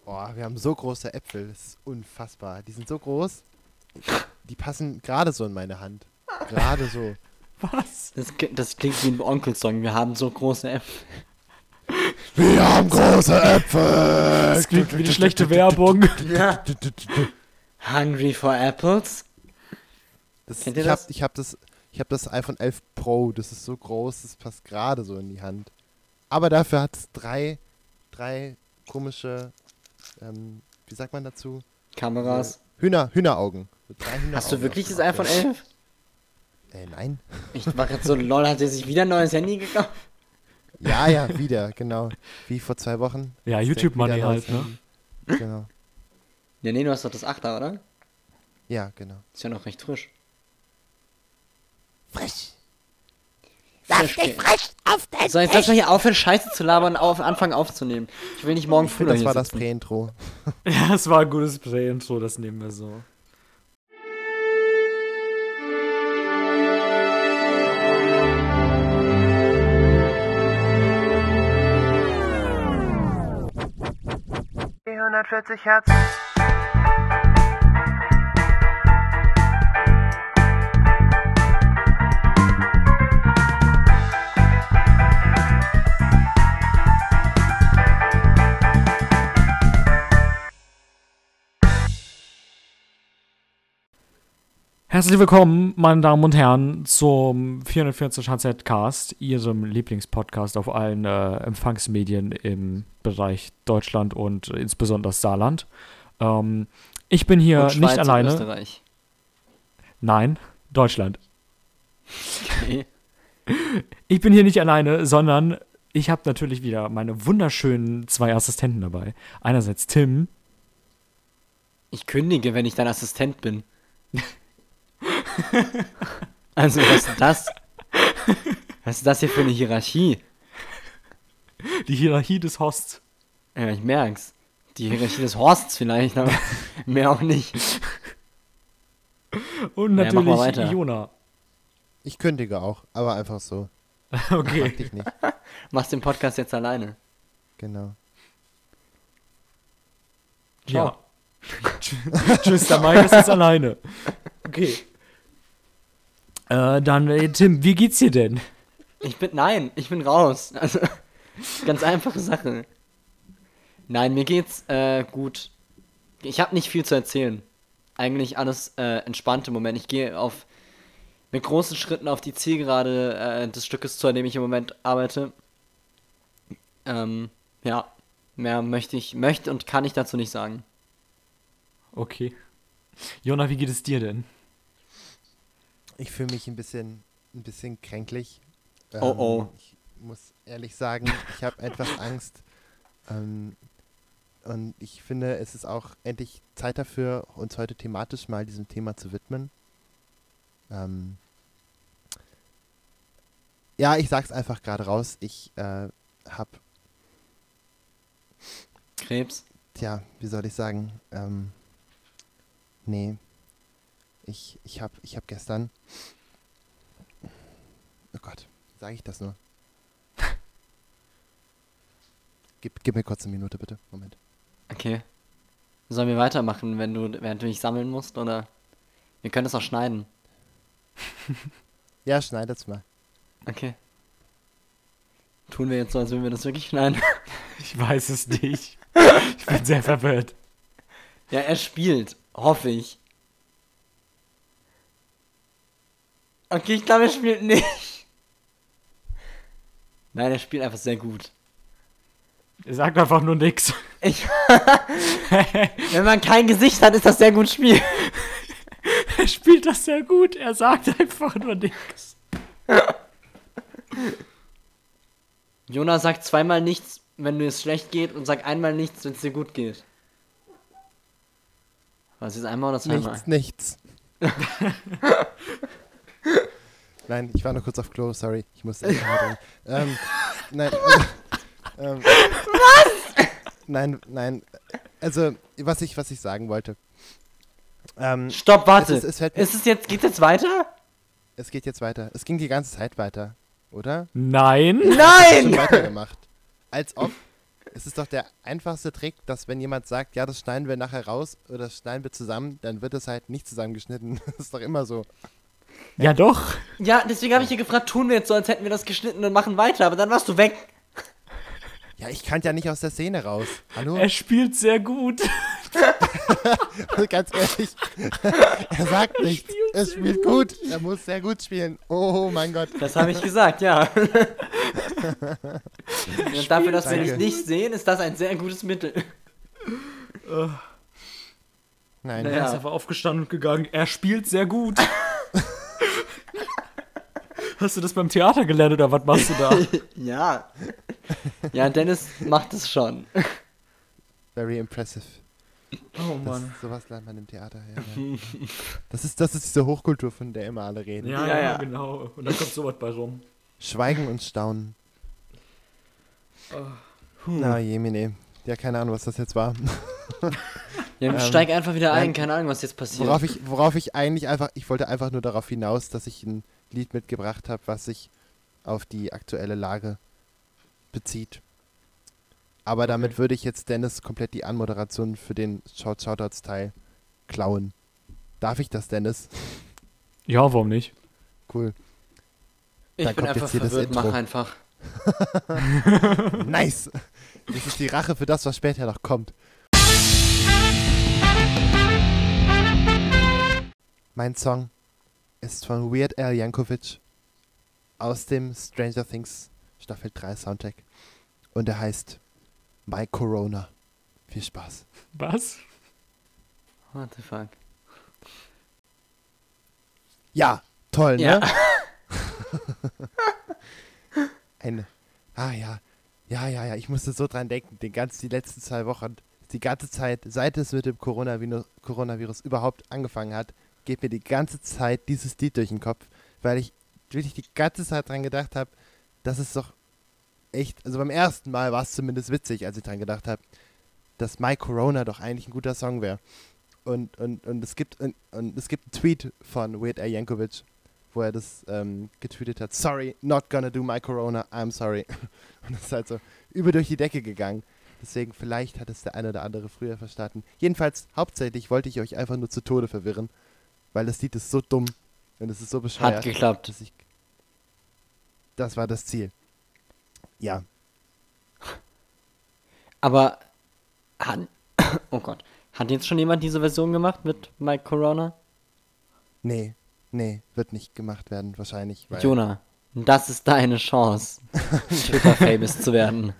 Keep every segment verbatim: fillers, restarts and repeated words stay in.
Oh, wir haben so große Äpfel, das ist unfassbar. Die sind so groß, die passen gerade so in meine Hand. Gerade so. Was? Das, das klingt wie ein Onkelsong. Wir haben so große Äpfel. Wir haben große Äpfel! Das klingt wie eine schlechte Werbung. Ja. Hungry for apples? Das, Kennt ihr ich das? Hab, ich habe das, ich hab das iPhone elf Pro, das ist so groß, das passt gerade so in die Hand. Aber dafür hat es drei, drei komische, ähm, wie sagt man dazu? Kameras. Äh, Hühner, Hühneraugen. So drei Hühneraugen. Hast du wirklich das iPhone elf? Äh, nein. Ich war gerade so, lol, hat er sich wieder ein neues Handy gekauft? Ja, ja, wieder, genau. Wie vor zwei Wochen. Ja, Ist YouTube-Money wieder halt, neues ne? Handy. Genau. Ja, nee, du hast doch das achter, oder? Ja, genau. Ist ja noch recht frisch. Frisch. Frisch, frisch auf den So, jetzt lass mal hier aufhören, Scheiße zu labern und auf, anfangen aufzunehmen. Ich will nicht morgen früh noch Das hier war das sitzen. Prä-Intro. Ja, es war ein gutes Prä-Intro, das nehmen wir so. vierhundertvierzig Hertz. Herzlich willkommen, meine Damen und Herren, zum vierhundertvierzig H Z Cast, Ihrem Lieblingspodcast auf allen äh, Empfangsmedien im Bereich Deutschland und insbesondere das Saarland. Ähm, ich bin hier Und Schweiz nicht alleine. Und Österreich. Nein, Deutschland. Okay. Ich bin hier nicht alleine, sondern ich habe natürlich wieder meine wunderschönen zwei Assistenten dabei. Einerseits Tim. Ich kündige, wenn ich dein Assistent bin. Also, was ist das? Was ist das hier für eine Hierarchie? Die Hierarchie des Hosts. Ja, ich merk's. Die Hierarchie des Horsts vielleicht, aber mehr auch nicht. Und Ja, mach mal natürlich weiter. Jona. Ich kündige auch, aber einfach so. Mag Okay, dich nicht. Machst den Podcast jetzt alleine. Genau. ja. Tschüss, der Mike ist jetzt alleine. Okay. Äh, dann, äh, Tim, wie geht's dir denn? Ich bin, nein, ich bin raus. Also, ganz einfache Sache. Nein, mir geht's äh, gut. Ich habe nicht viel zu erzählen. Eigentlich alles äh, entspannt im Moment. Ich gehe auf mit großen Schritten auf die Zielgerade äh, des Stückes zu, an dem ich im Moment arbeite. Ähm, ja, mehr möchte ich, möchte und kann ich dazu nicht sagen. Okay. Jona, wie geht es dir denn? Ich fühle mich ein bisschen, ein bisschen kränklich. Ähm, Oh, oh. Ich muss ehrlich sagen, ich habe etwas Angst. Ähm, und ich finde, es ist auch endlich Zeit dafür, uns heute thematisch mal diesem Thema zu widmen. Ähm, ja, ich sag's einfach gerade raus. Ich äh, habe, Krebs. tja, wie soll ich sagen? Ähm, nee. Ich, ich habe ich hab gestern... Oh Gott, sage ich das nur? Gib, gib mir kurz eine Minute, bitte. Moment. Okay. Sollen wir weitermachen, wenn du, während du dich sammeln musst, oder? Wir können es auch schneiden. Ja, schneidet's mal. Okay. Tun wir jetzt so, als würden wir das wirklich schneiden? Ich weiß es nicht. Ich bin sehr verwirrt. Ja, er spielt. Hoffe ich. Okay, ich glaube, er spielt nicht. Nein, er spielt einfach sehr gut. Er sagt einfach nur nix. Ich Wenn man kein Gesicht hat, ist das sehr gut Spiel. Er spielt das sehr gut. Er sagt einfach nur nix. Jona sagt zweimal nichts, wenn dir es schlecht geht, und sagt einmal nichts, wenn es dir gut geht. Was ist einmal oder zweimal? Nichts, nichts. Nein, ich war nur kurz auf Klo, sorry. Ich musste echt mal ähm, nein. Also, ähm, was? Nein, nein. Also, was ich, was ich sagen wollte. Ähm, Stopp, warte. Es, ist, es, fällt mir- ist es jetzt, geht's jetzt weiter? es geht jetzt weiter. Es ging die ganze Zeit weiter, oder? Nein. Schon Nein! weitergemacht. Als ob. Es ist doch der einfachste Trick, dass wenn jemand sagt, ja, das schneiden wir nachher raus oder das schneiden wir zusammen, dann wird es halt nicht zusammengeschnitten. Das ist doch immer so. Ja, doch. Ja, deswegen habe ich dir gefragt, tun wir jetzt so, als hätten wir das geschnitten und machen weiter, aber dann warst du weg. Ja, ich kann ja nicht aus der Szene raus. Hallo? Er spielt sehr gut. Ganz ehrlich, er sagt nichts. Er spielt gut. Er muss sehr gut spielen. Oh mein Gott. Das habe ich gesagt, ja. Und dafür, dass wir Danke. dich nicht sehen, ist das ein sehr gutes Mittel. Nein. Er Naja. ist einfach aufgestanden und gegangen. Er spielt sehr gut. Hast du das beim Theater gelernt oder was machst du da? Ja. Ja, Dennis macht es schon. Very impressive. Oh Das, sowas lernt man im Theater. Ja, ja. Das, ist, das ist diese Hochkultur, von der immer alle reden. Ja, Ja, ja, ja. genau. Und dann kommt sowas bei rum. Schweigen und Staunen. Oh. Na, Jemine. Ja, keine Ahnung, was das jetzt war. Ja, Ähm, steig einfach wieder ein, nein. keine Ahnung, was jetzt passiert. Worauf ich, worauf ich eigentlich einfach, ich wollte einfach nur darauf hinaus, dass ich ein Lied mitgebracht habe, was sich auf die aktuelle Lage bezieht. Aber damit würde ich jetzt Dennis komplett die Anmoderation für den Shout Shoutouts-Teil klauen. Darf ich das, Dennis? Ja, warum nicht? Cool. ich dann bin kommt einfach jetzt hier das verwirrt, mach Intro. einfach. Nice! Das ist die Rache für das, was später noch kommt. Mein Song ist von Weird Al Yankovic aus dem Stranger Things Staffel drei Soundtrack. Und er heißt My Corona. Viel Spaß. Was? What the fuck? Ja, toll, Ja. ne? Eine. Ah ja. Ja, ja, ja. Ich musste so dran denken. Den ganzen, die letzten zwei Wochen, die ganze Zeit, seit es mit dem Coronavirus, Coronavirus überhaupt angefangen hat, geht mir die ganze Zeit dieses Lied durch den Kopf, weil ich wirklich die ganze Zeit dran gedacht habe, dass es doch echt, also beim ersten Mal war es zumindest witzig, als ich dran gedacht habe, dass My Corona doch eigentlich ein guter Song wäre. Und, und, und, es gibt, und, und es gibt einen Tweet von Weird Al Yankovic, wo er das ähm, getweetet hat, sorry, not gonna do My Corona, I'm sorry. Und das ist halt so übel durch die Decke gegangen. Deswegen, vielleicht hat es der eine oder andere früher verstanden. Jedenfalls, hauptsächlich wollte ich euch einfach nur zu Tode verwirren, weil das Lied ist so dumm und es ist so bescheuert. Hat geklappt. dass ich, das war das Ziel. Ja, Aber hat, oh Gott, hat jetzt schon jemand diese Version gemacht mit Mike Corona? nee, nee, wird nicht gemacht werden, wahrscheinlich. Weil Jonah, das ist deine Chance, Twitter-famous zu werden.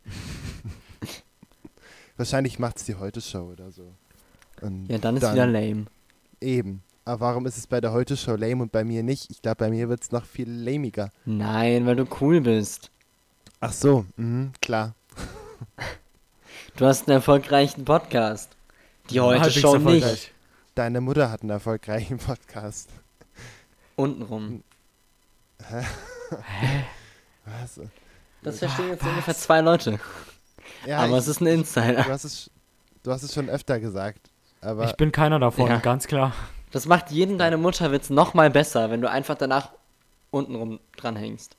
wahrscheinlich macht's die Heute-Show oder so. Und Ja, dann ist wieder lame. Eben. Aber warum ist es bei der Heute-Show lame und bei mir nicht? Ich glaube, bei mir wird's noch viel lamiger. Nein, weil du cool bist. Ach so, mhm, klar. Du hast einen erfolgreichen Podcast. Die Halbwegs Heute-Show nicht. erfolgreich. Deine Mutter hat einen erfolgreichen Podcast. Untenrum. Was? Das verstehen jetzt ungefähr zwei Leute. Ja, Aber ich, es ist ein Insider. du, hast es, du hast es schon öfter gesagt. Aber Ich bin keiner davon, Ja. ganz klar. Das macht jeden deine Mutterwitz noch mal besser, wenn du einfach danach untenrum dranhängst.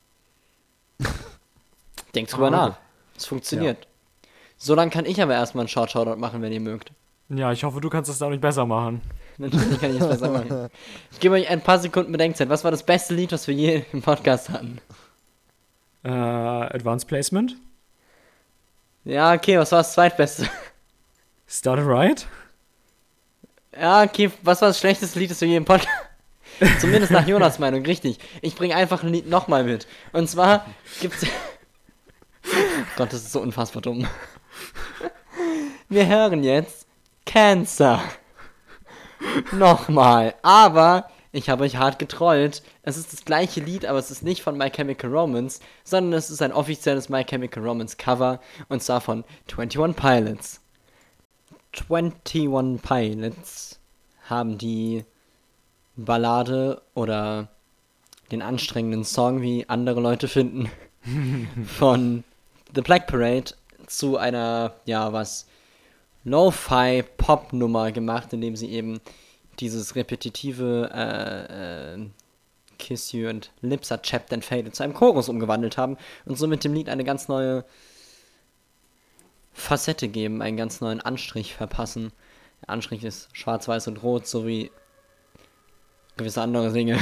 Denk drüber Ah. nach. Es funktioniert. So lange kann ich aber erstmal einen Shoutout machen, wenn ihr mögt. Ja, ich hoffe, du kannst das dadurch besser machen. Natürlich kann ich es besser machen. Ich gebe euch ein paar Sekunden Bedenkzeit. Was war das beste Lied, was wir je im Podcast hatten? Äh, Advanced Placement? Ja, okay, was war das zweitbeste? Started Right? Ja, okay, was war das schlechteste Lied, das wir je im Podcast... Zumindest nach Jonas Meinung, richtig. Ich bringe einfach ein Lied nochmal mit. Und zwar gibt's... Gott, das ist so unfassbar dumm. Wir hören jetzt Cancer. Nochmal. Aber ich habe euch hart getrollt. Es ist das gleiche Lied, aber es ist nicht von My Chemical Romance, sondern es ist ein offizielles My Chemical Romance Cover. Und zwar von twenty-one Pilots. twenty-one Pilots haben die Ballade oder den anstrengenden Song, wie andere Leute finden, von The Black Parade zu einer, ja, was, Lo-Fi-Pop-Nummer gemacht, indem sie eben dieses repetitive äh, äh, Kiss You and Lips Are Chapped and Faded zu einem Chorus umgewandelt haben und somit dem Lied eine ganz neue Facette geben, einen ganz neuen Anstrich verpassen. Der Anstrich ist schwarz, weiß und rot, sowie gewisse andere Dinge.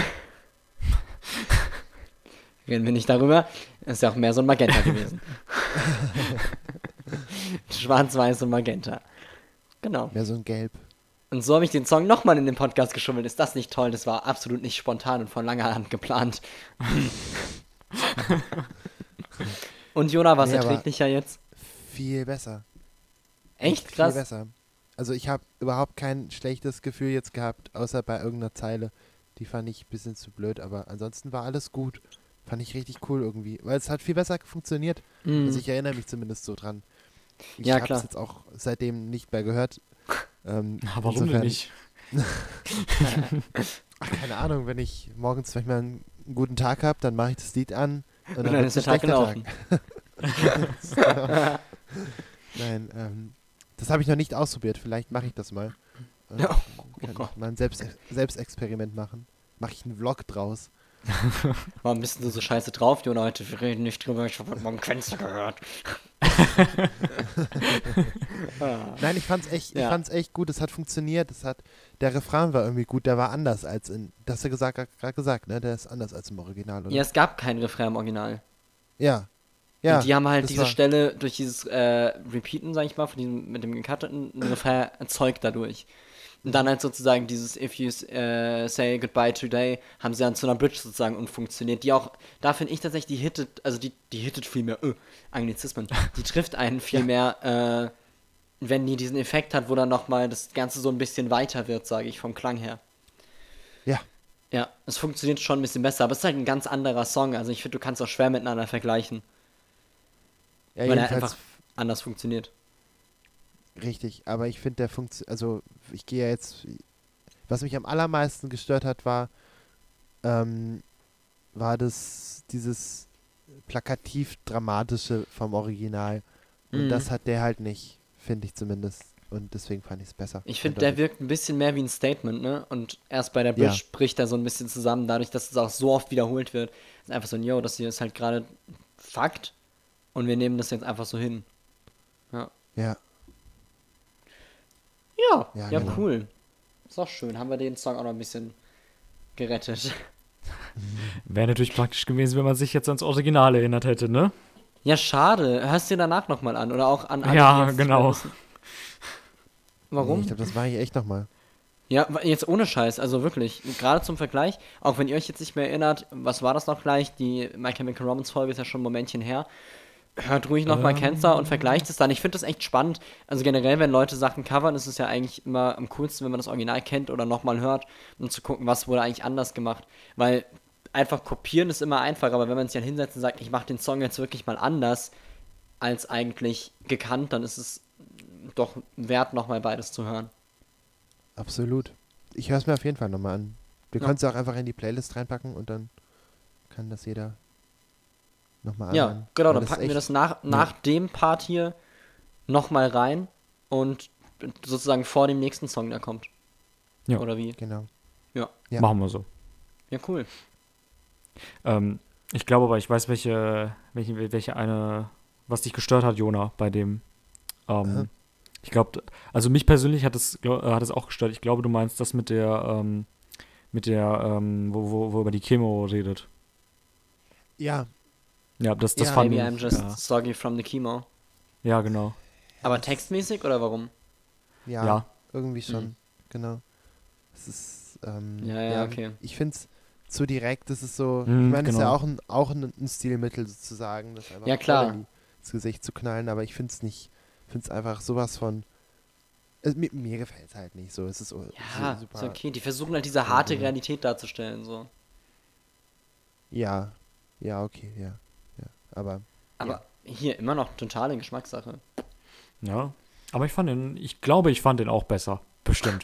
Reden wir nicht darüber. Ist ja auch mehr so ein Magenta gewesen. Schwarz, weiß und Magenta. Genau. Mehr so ein Gelb. Und so habe ich den Song nochmal in den Podcast geschummelt. Ist das nicht toll? Das war absolut nicht spontan und von langer Hand geplant. Und Jona, war es Nee, aber- erträglicher jetzt? Viel besser. Echt Viel krass. besser. Also ich habe überhaupt kein schlechtes Gefühl jetzt gehabt, außer bei irgendeiner Zeile. Die fand ich ein bisschen zu blöd, aber ansonsten war alles gut. Fand ich richtig cool irgendwie, weil es hat viel besser funktioniert. Mhm. Also ich erinnere mich zumindest so dran. Ich Ja, habe klar. es jetzt auch seitdem nicht mehr gehört. Ähm, Ja, warum denn insofern- nicht? Ach, keine Ahnung, wenn ich morgens manchmal einen guten Tag habe, dann mache ich das Lied an und Und dann, dann wird's ist der ein Tag schlechter gelaufen. Genau. Nein, ähm, das habe ich noch nicht ausprobiert. Vielleicht mache ich das mal. Ähm, Ja, oh kann Gott. mal ein Selbst Selbstexperiment machen. Mache ich einen Vlog draus. Warum bist du so scheiße drauf, Jona? Heute, wir reden nicht drüber. Ich habe heute Morgen Fenster gehört. Ah. Nein, ich fand's echt, ich Ja. fand's echt gut. Es hat funktioniert. Es hat, der Refrain war irgendwie gut. Der war anders als in, das hast du gesagt, gerade gesagt, ne? Der ist anders als im Original, oder? Ja, es gab keinen Refrain im Original. Ja. Ja. Und die haben halt das diese war- Stelle durch dieses äh, Repeaten, sag ich mal, von diesem, mit dem gecutteten Refrain erzeugt dadurch. Und dann halt sozusagen dieses If you äh, say goodbye today, haben sie dann zu einer Bridge sozusagen und funktioniert. Die auch, da finde ich tatsächlich, die hittet, also die, die hittet viel mehr, äh, Anglizismen, die trifft einen viel Ja. mehr, äh, wenn die diesen Effekt hat, wo dann nochmal das Ganze so ein bisschen weiter wird, sage ich, vom Klang her. Ja. Ja, es funktioniert schon ein bisschen besser, aber es ist halt ein ganz anderer Song. Also ich finde, du kannst auch schwer miteinander vergleichen, Ja, weil er jedenfalls einfach anders funktioniert. richtig. Aber ich finde, der funktioniert, also ich gehe ja jetzt, was mich am allermeisten gestört hat, war, ähm, war das, dieses plakativ-dramatische vom Original. Und Mhm. das hat der halt nicht, finde ich zumindest. Und deswegen fand ich es besser. Ich finde, der wirkt ein bisschen mehr wie ein Statement, ne? Und erst bei der Bridge Ja. bricht er so ein bisschen zusammen, dadurch, dass es auch so oft wiederholt wird. Ist einfach so ein, yo, das hier ist halt gerade Fakt und wir nehmen das jetzt einfach so hin. Ja, Ja, Ja, ja, genau. cool. Ist auch schön. Haben wir den Song auch noch ein bisschen gerettet. Wäre natürlich praktisch gewesen, wenn man sich jetzt ans Original erinnert hätte, ne? Ja, schade. Hörst du dir danach nochmal an oder auch an alle, Ja, die jetzt nicht genau. mehr wissen. Warum? Nee, ich glaube, das war hier echt nochmal. Ja, wa- jetzt ohne Scheiß, also wirklich, gerade zum Vergleich, auch wenn ihr euch jetzt nicht mehr erinnert, was war das noch gleich? Die My Chemical Romance Folge ist ja schon ein Momentchen her. Hört ruhig nochmal Ähm. Cancer und vergleicht es dann. Ich finde das echt spannend. Also generell, wenn Leute Sachen covern, ist es ja eigentlich immer am coolsten, wenn man das Original kennt oder nochmal hört, um zu gucken, was wurde eigentlich anders gemacht. Weil einfach kopieren ist immer einfach, aber wenn man sich dann hinsetzt und sagt, ich mache den Song jetzt wirklich mal anders als eigentlich gekannt, dann ist es doch wert, nochmal beides zu hören. Absolut. Ich höre es mir auf jeden Fall nochmal an. Wir Ja. können es auch einfach in die Playlist reinpacken und dann kann das jeder nochmal Ja, anhören. genau, Weil dann ist packen wir echt- das nach, nach dem Part hier nochmal rein und sozusagen vor dem nächsten Song, der kommt. Ja. Oder wie? Genau. Ja. Ja. Machen wir so. Ja, cool. Ähm, ich glaube aber, ich weiß, welche, welche, welche eine, was dich gestört hat, Jona, bei dem. Ähm, Aha. Ich glaube, also mich persönlich hat es, glaub, äh, hat es auch gestört. Ich glaube, du meinst das mit der, ähm, mit der, ähm, wo, wo, wo über die Chemo redet. Ja, Ja, das, das Ja, fand Maybe ich. I'm just ja. soggy from the chemo. ja, genau. Aber textmäßig oder warum? ja, Ja. irgendwie schon. Mhm. Genau. Es ist, ähm, Ja, ja, okay. Ich finde es zu direkt. Das ist so, Mhm, ich meine, es ist ja genau. auch ein, auch ein, ein Stilmittel sozusagen, das einfach Ja, klar. voll in die- ins Gesicht zu knallen, aber ich finde es nicht, finde es einfach sowas von, es, mir, mir gefällt es halt nicht so. Es ist so, Ja, so ist okay. Die versuchen halt diese harte Ja. Realität darzustellen, so. Ja, ja, okay, ja. ja. Aber Aber hier immer noch totale Geschmackssache. Ja. Aber ich fand den, ich glaube, ich fand den auch besser. Bestimmt.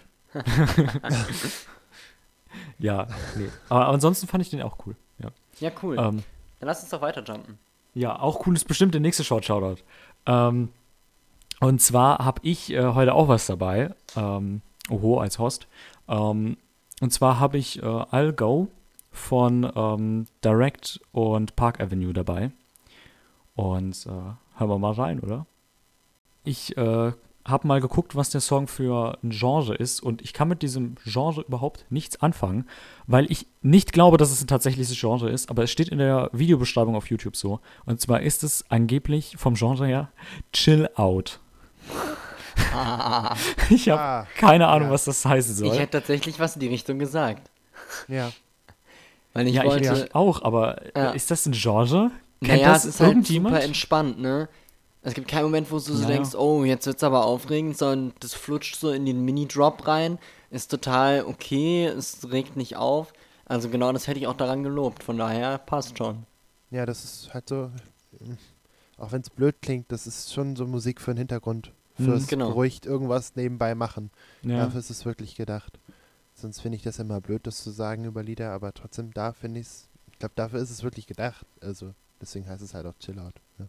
ja, nee. Aber ansonsten fand ich den auch cool. Ja. Ja, cool. Ähm, Dann lass uns doch weiterjumpen. Ja, auch cool ist bestimmt der nächste Short-Shoutout. Ähm, und zwar habe ich äh, heute auch was dabei. Ähm, oho, als Host. Ähm, und zwar habe ich äh, I'll Go von ähm, Direct und Park Avenue dabei. Und äh, hören wir mal rein, oder? ich äh, habe mal geguckt, was der Song für ein Genre ist und ich kann mit diesem Genre überhaupt nichts anfangen, weil ich nicht glaube, dass es ein tatsächliches Genre ist, aber es steht in der Videobeschreibung auf YouTube so. Und zwar ist es angeblich vom Genre her Chill Out. Ah, Ich habe Ah, keine Ahnung, ja. was das heißen soll. ich hätte tatsächlich was in die Richtung gesagt. Ja. Weil ich ja, wollte. ich, ich auch, aber äh, Ja. ist das ein Genre? Kennt Naja, das es ist halt irgendjemand? super entspannt, ne? Es gibt keinen Moment, wo du so Ja, denkst, ja. oh, jetzt wird's aber aufregend, sondern das flutscht so in den Mini-Drop rein, ist total okay, es regt nicht auf. Also genau das hätte ich auch daran gelobt, von daher passt schon. Ja, das ist halt so, äh, auch wenn es blöd klingt, das ist schon so Musik für den Hintergrund. Fürs Mhm, genau. beruhigt irgendwas nebenbei machen. Ja. Dafür ist es wirklich gedacht. Sonst finde ich das immer blöd, das zu sagen über Lieder, aber trotzdem, da finde ich es, ich glaube, dafür ist es wirklich gedacht. Also, deswegen heißt es halt auch Chill Out. Ne?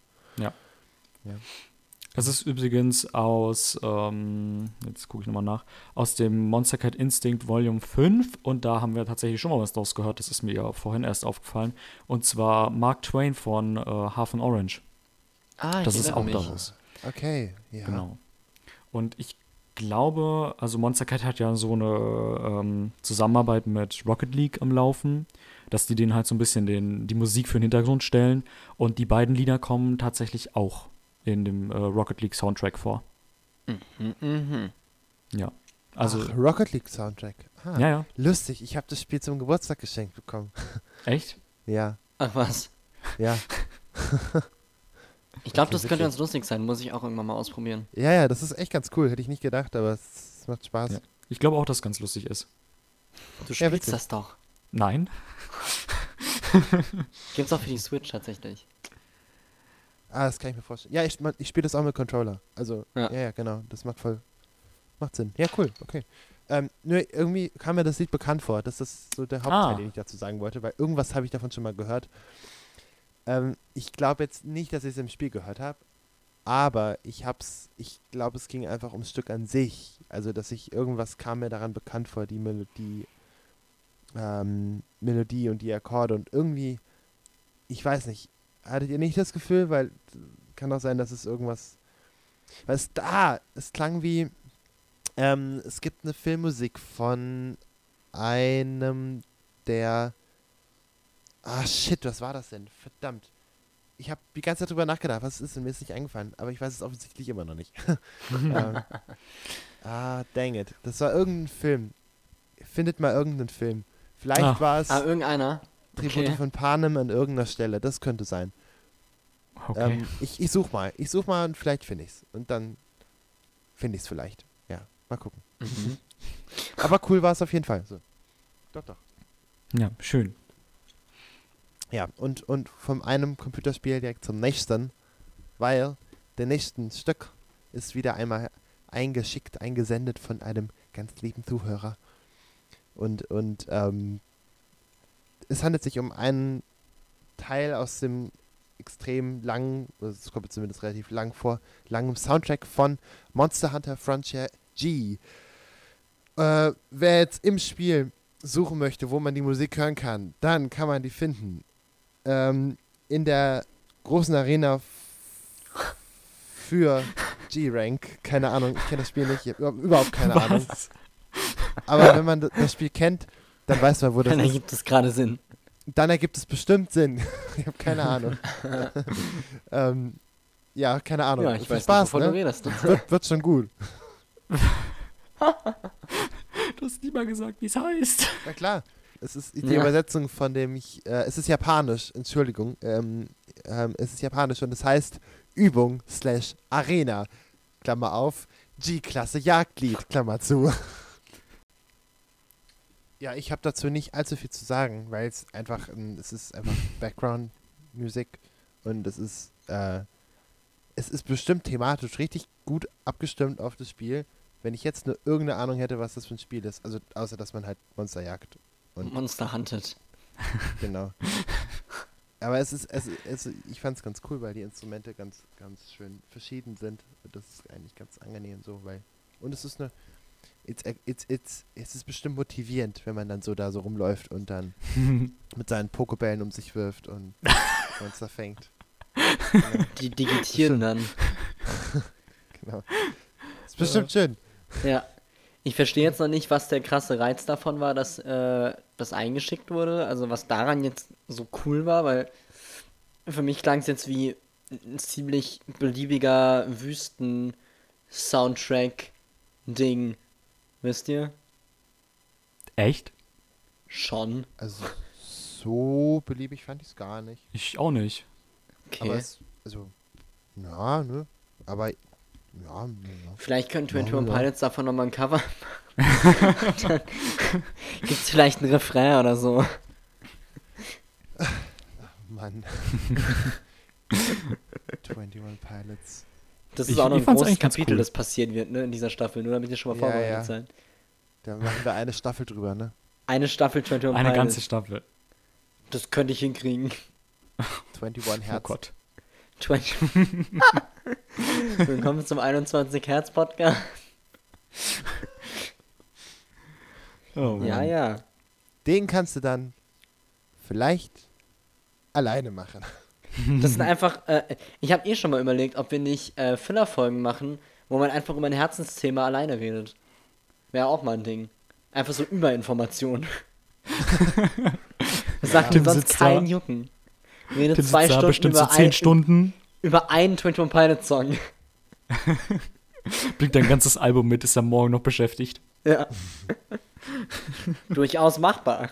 Es ist übrigens aus, ähm, jetzt gucke ich nochmal nach, aus dem Monster Cat Instinct Volume fünf und da haben wir tatsächlich schon mal was draus gehört, das ist mir ja vorhin erst aufgefallen. Und zwar Mark Twain von äh, Half an Orange. Ah, ich Das ist erinnere auch mich. daraus. Okay, ja. Genau. Und ich glaube, also Monster Cat hat ja so eine ähm, Zusammenarbeit mit Rocket League am Laufen, dass die denen halt so ein bisschen den, die Musik für den Hintergrund stellen und die beiden Lieder kommen tatsächlich auch in dem äh, Rocket League Soundtrack vor. Mhm, mhm. Ja. Also, Ach, Rocket League Soundtrack. Ah, ja, ja. lustig, ich habe das Spiel zum Geburtstag geschenkt bekommen. Echt? Ja, Ach was. ja. Ich glaube, Okay, das könnte witzig. ganz lustig sein, muss ich auch irgendwann mal ausprobieren. Ja, ja, das ist echt ganz cool. Hätte ich nicht gedacht, aber es, es macht Spaß. Ja. Ich glaube auch, dass es ganz lustig ist. Du Ja, spielst witzig. das doch. Nein? Gibt's auch für die Switch tatsächlich. Ah, das kann ich mir vorstellen. Ja, ich, ich spiele das auch mit Controller. Also, ja. Ja. ja, genau. Das macht voll. Macht Sinn. Ja, cool. Okay. Ähm, nur irgendwie kam mir das Lied bekannt vor. Das ist so der Hauptteil, Ah. den ich dazu sagen wollte, weil irgendwas habe ich davon schon mal gehört. Ähm, ich glaube jetzt nicht, dass ich es im Spiel gehört habe, aber ich hab's, ich glaube, es ging einfach ums Stück an sich. Also, dass ich irgendwas kam mir daran bekannt vor, die Melodie, ähm, Melodie und die Akkorde und irgendwie, ich weiß nicht, hattet ihr nicht das Gefühl, weil kann auch sein, dass es irgendwas, weil es da, es klang wie, ähm, es gibt eine Filmmusik von einem der, ah shit, was war das denn? Verdammt. Ich habe die ganze Zeit drüber nachgedacht, was ist denn, mir ist nicht eingefallen, aber ich weiß es offensichtlich immer noch nicht. ähm, ah, dang it. Das war irgendein Film. Findet mal irgendeinen Film. Vielleicht Ah. war es Ah, irgendeiner. Tribute okay. von Panem an irgendeiner Stelle. Das könnte sein. Okay. Ähm, ich, ich such mal. Ich such mal und vielleicht finde ich's. Und dann finde ich's vielleicht. Ja, mal gucken. Mhm. Aber cool war es auf jeden Fall. So. Doch, doch. Ja, schön. Ja, und, und von einem Computerspiel direkt zum nächsten, weil der nächsten Stück ist wieder einmal eingeschickt, eingesendet von einem ganz lieben Zuhörer. Und, und ähm, es handelt sich um einen Teil aus dem extrem langen, es kommt mir zumindest relativ lang vor, langem Soundtrack von Monster Hunter Frontier G. Äh, wer jetzt im Spiel suchen möchte, wo man die Musik hören kann, dann kann man die finden. Ähm, in der großen Arena f- für G-Rank. Keine Ahnung, ich kenne das Spiel nicht, ich habe überhaupt keine Ahnung. Was? Aber wenn man d- das Spiel kennt, dann weiß man, wo das Dann ist. ergibt es gerade Sinn. Dann ergibt es bestimmt Sinn. Ich habe keine Ahnung. ähm, ja, keine Ahnung. Ja, ich Viel weiß Spaß, nicht, wovon ne? du redest. Wird, wird schon gut. Du hast nie mal gesagt, wie es heißt. Na klar. Es ist die Ja. Übersetzung von dem ich, äh, es ist japanisch, Entschuldigung. Ähm, ähm, es ist japanisch und es heißt Übung slash Arena, Klammer auf, G-Klasse Jagdlied, Klammer zu. Ja, ich habe dazu nicht allzu viel zu sagen, weil es einfach, ein, es ist einfach Background-Musik und es ist, äh, es ist bestimmt thematisch richtig gut abgestimmt auf das Spiel, wenn ich jetzt nur irgendeine Ahnung hätte, was das für ein Spiel ist. Also außer, dass man halt Monster jagt. Und Monster Hunted. genau. Aber es ist, es, es, ich fand es ganz cool, weil die Instrumente ganz, ganz schön verschieden sind. Das ist eigentlich ganz angenehm so, weil, und es ist eine, it's, it's, it's, es ist bestimmt motivierend, wenn man dann so da so rumläuft und dann mit seinen Pokebällen um sich wirft und Monster fängt. Genau. Die digitieren dann. Genau. Ist bestimmt schön. Ja. Ich verstehe jetzt noch nicht, was der krasse Reiz davon war, dass äh, das eingeschickt wurde. Also was daran jetzt so cool war, weil für mich klang es jetzt wie ein ziemlich beliebiger Wüsten-Soundtrack-Ding. Wisst ihr? Echt? Schon. Also so beliebig fand ich es gar nicht. Ich auch nicht. Okay. Aber es, also, ja, ne? Aber, ja, ja. Vielleicht können Ja, twenty-one ja. Pilots davon nochmal ein Cover machen. Dann gibt's vielleicht einen Refrain oder so. Mann. twenty-one Pilots. Das ist Ich- auch noch ich ein fand's großes eigentlich ganz Kapitel, cool. das passieren wird, ne, in dieser Staffel. Nur damit ihr schon mal Ja, vorbereitet ja. seid. Da machen wir eine Staffel drüber, ne? Eine Staffel twenty-one Eine Pilots. ganze Staffel. Das könnte ich hinkriegen. twenty-one Oh Hertz. Gott. twenty Willkommen zum einundzwanzig Hertz Podcast. Oh, Ja, Mann. ja. Den kannst du dann vielleicht alleine machen. Das sind einfach, äh, ich habe eh schon mal überlegt, ob wir nicht äh, Filler-Folgen machen, wo man einfach über ein Herzensthema alleine redet. Wäre auch mal ein Ding. Einfach so Überinformation. Das sagt Tim ihm sonst sitzt kein da. Jucken. Redet Tim zwei sitzt da Stunden bestimmt so über, zehn ein, Stunden, über einen twenty-one Pilots Song. bringt ein ganzes Album mit, ist am Morgen noch beschäftigt. Ja. Durchaus machbar.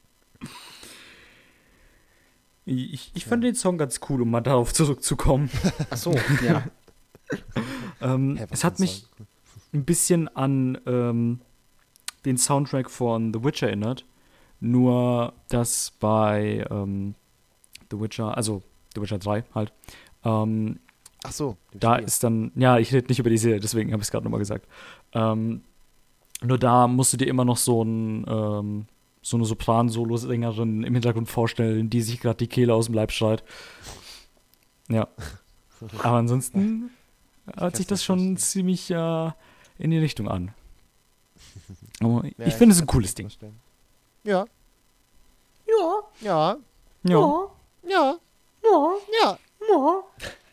Ich, ich fand den Song ganz cool, um mal darauf zurückzukommen. Ach so, ja. ähm, Hä, was es hat für ein mich ein bisschen an ähm, den Soundtrack von The Witcher erinnert. Nur, dass bei ähm, The Witcher, also The Witcher drei halt, ähm, Ach so. dem da Spiel. ist dann, ja, ich rede nicht über die Serie, deswegen habe ich es gerade nochmal gesagt. Ähm, nur da musst du dir immer noch so ein, ähm, so eine Sopran-Solo-Sängerin im Hintergrund vorstellen, die sich gerade die Kehle aus dem Leib schreit. Ja. Aber ansonsten hört sich kann's das schon mir ziemlich äh, in die Richtung an. Aber Ja, ich finde es ein kann's cooles mir Ding. vorstellen. Ja, Ja, ja, Ja. ja, ja, ja. ja.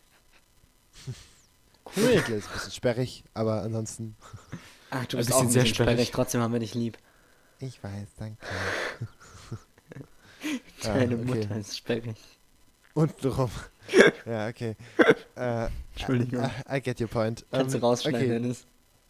Cool. Ist ein bisschen sperrig, aber ansonsten, Ach, du Ein bist auch ein bisschen sehr bisschen sperrig. sperrig. Trotzdem haben wir dich lieb. ich weiß, danke. Deine Ah, okay. Mutter ist sperrig. Und drum. Ja, okay. Äh, Entschuldigung. I, I get your point. Kannst Ähm, du rausschneiden, okay. Dennis.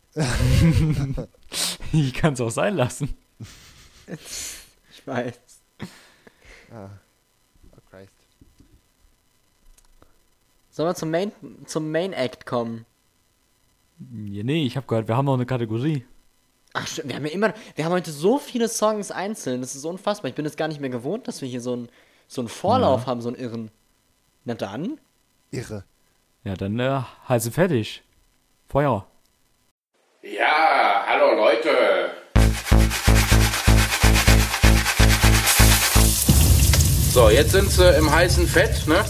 Ich kann es auch sein lassen. Ich weiß. Ah. Oh Christ. Sollen wir zum Main, zum Main Act kommen? Ja, nee, ich habe gehört, wir haben noch eine Kategorie. Ach, stimmt, wir haben ja immer, wir haben heute so viele Songs einzeln, das ist unfassbar. Ich bin es gar nicht mehr gewohnt, dass wir hier so einen so einen Vorlauf Ja. haben, so einen Irren. Na dann. Irre. Ja, dann äh, heiße fertig. Feuer. Ja, hallo Leute. So, jetzt sind sie im heißen Fett, ne?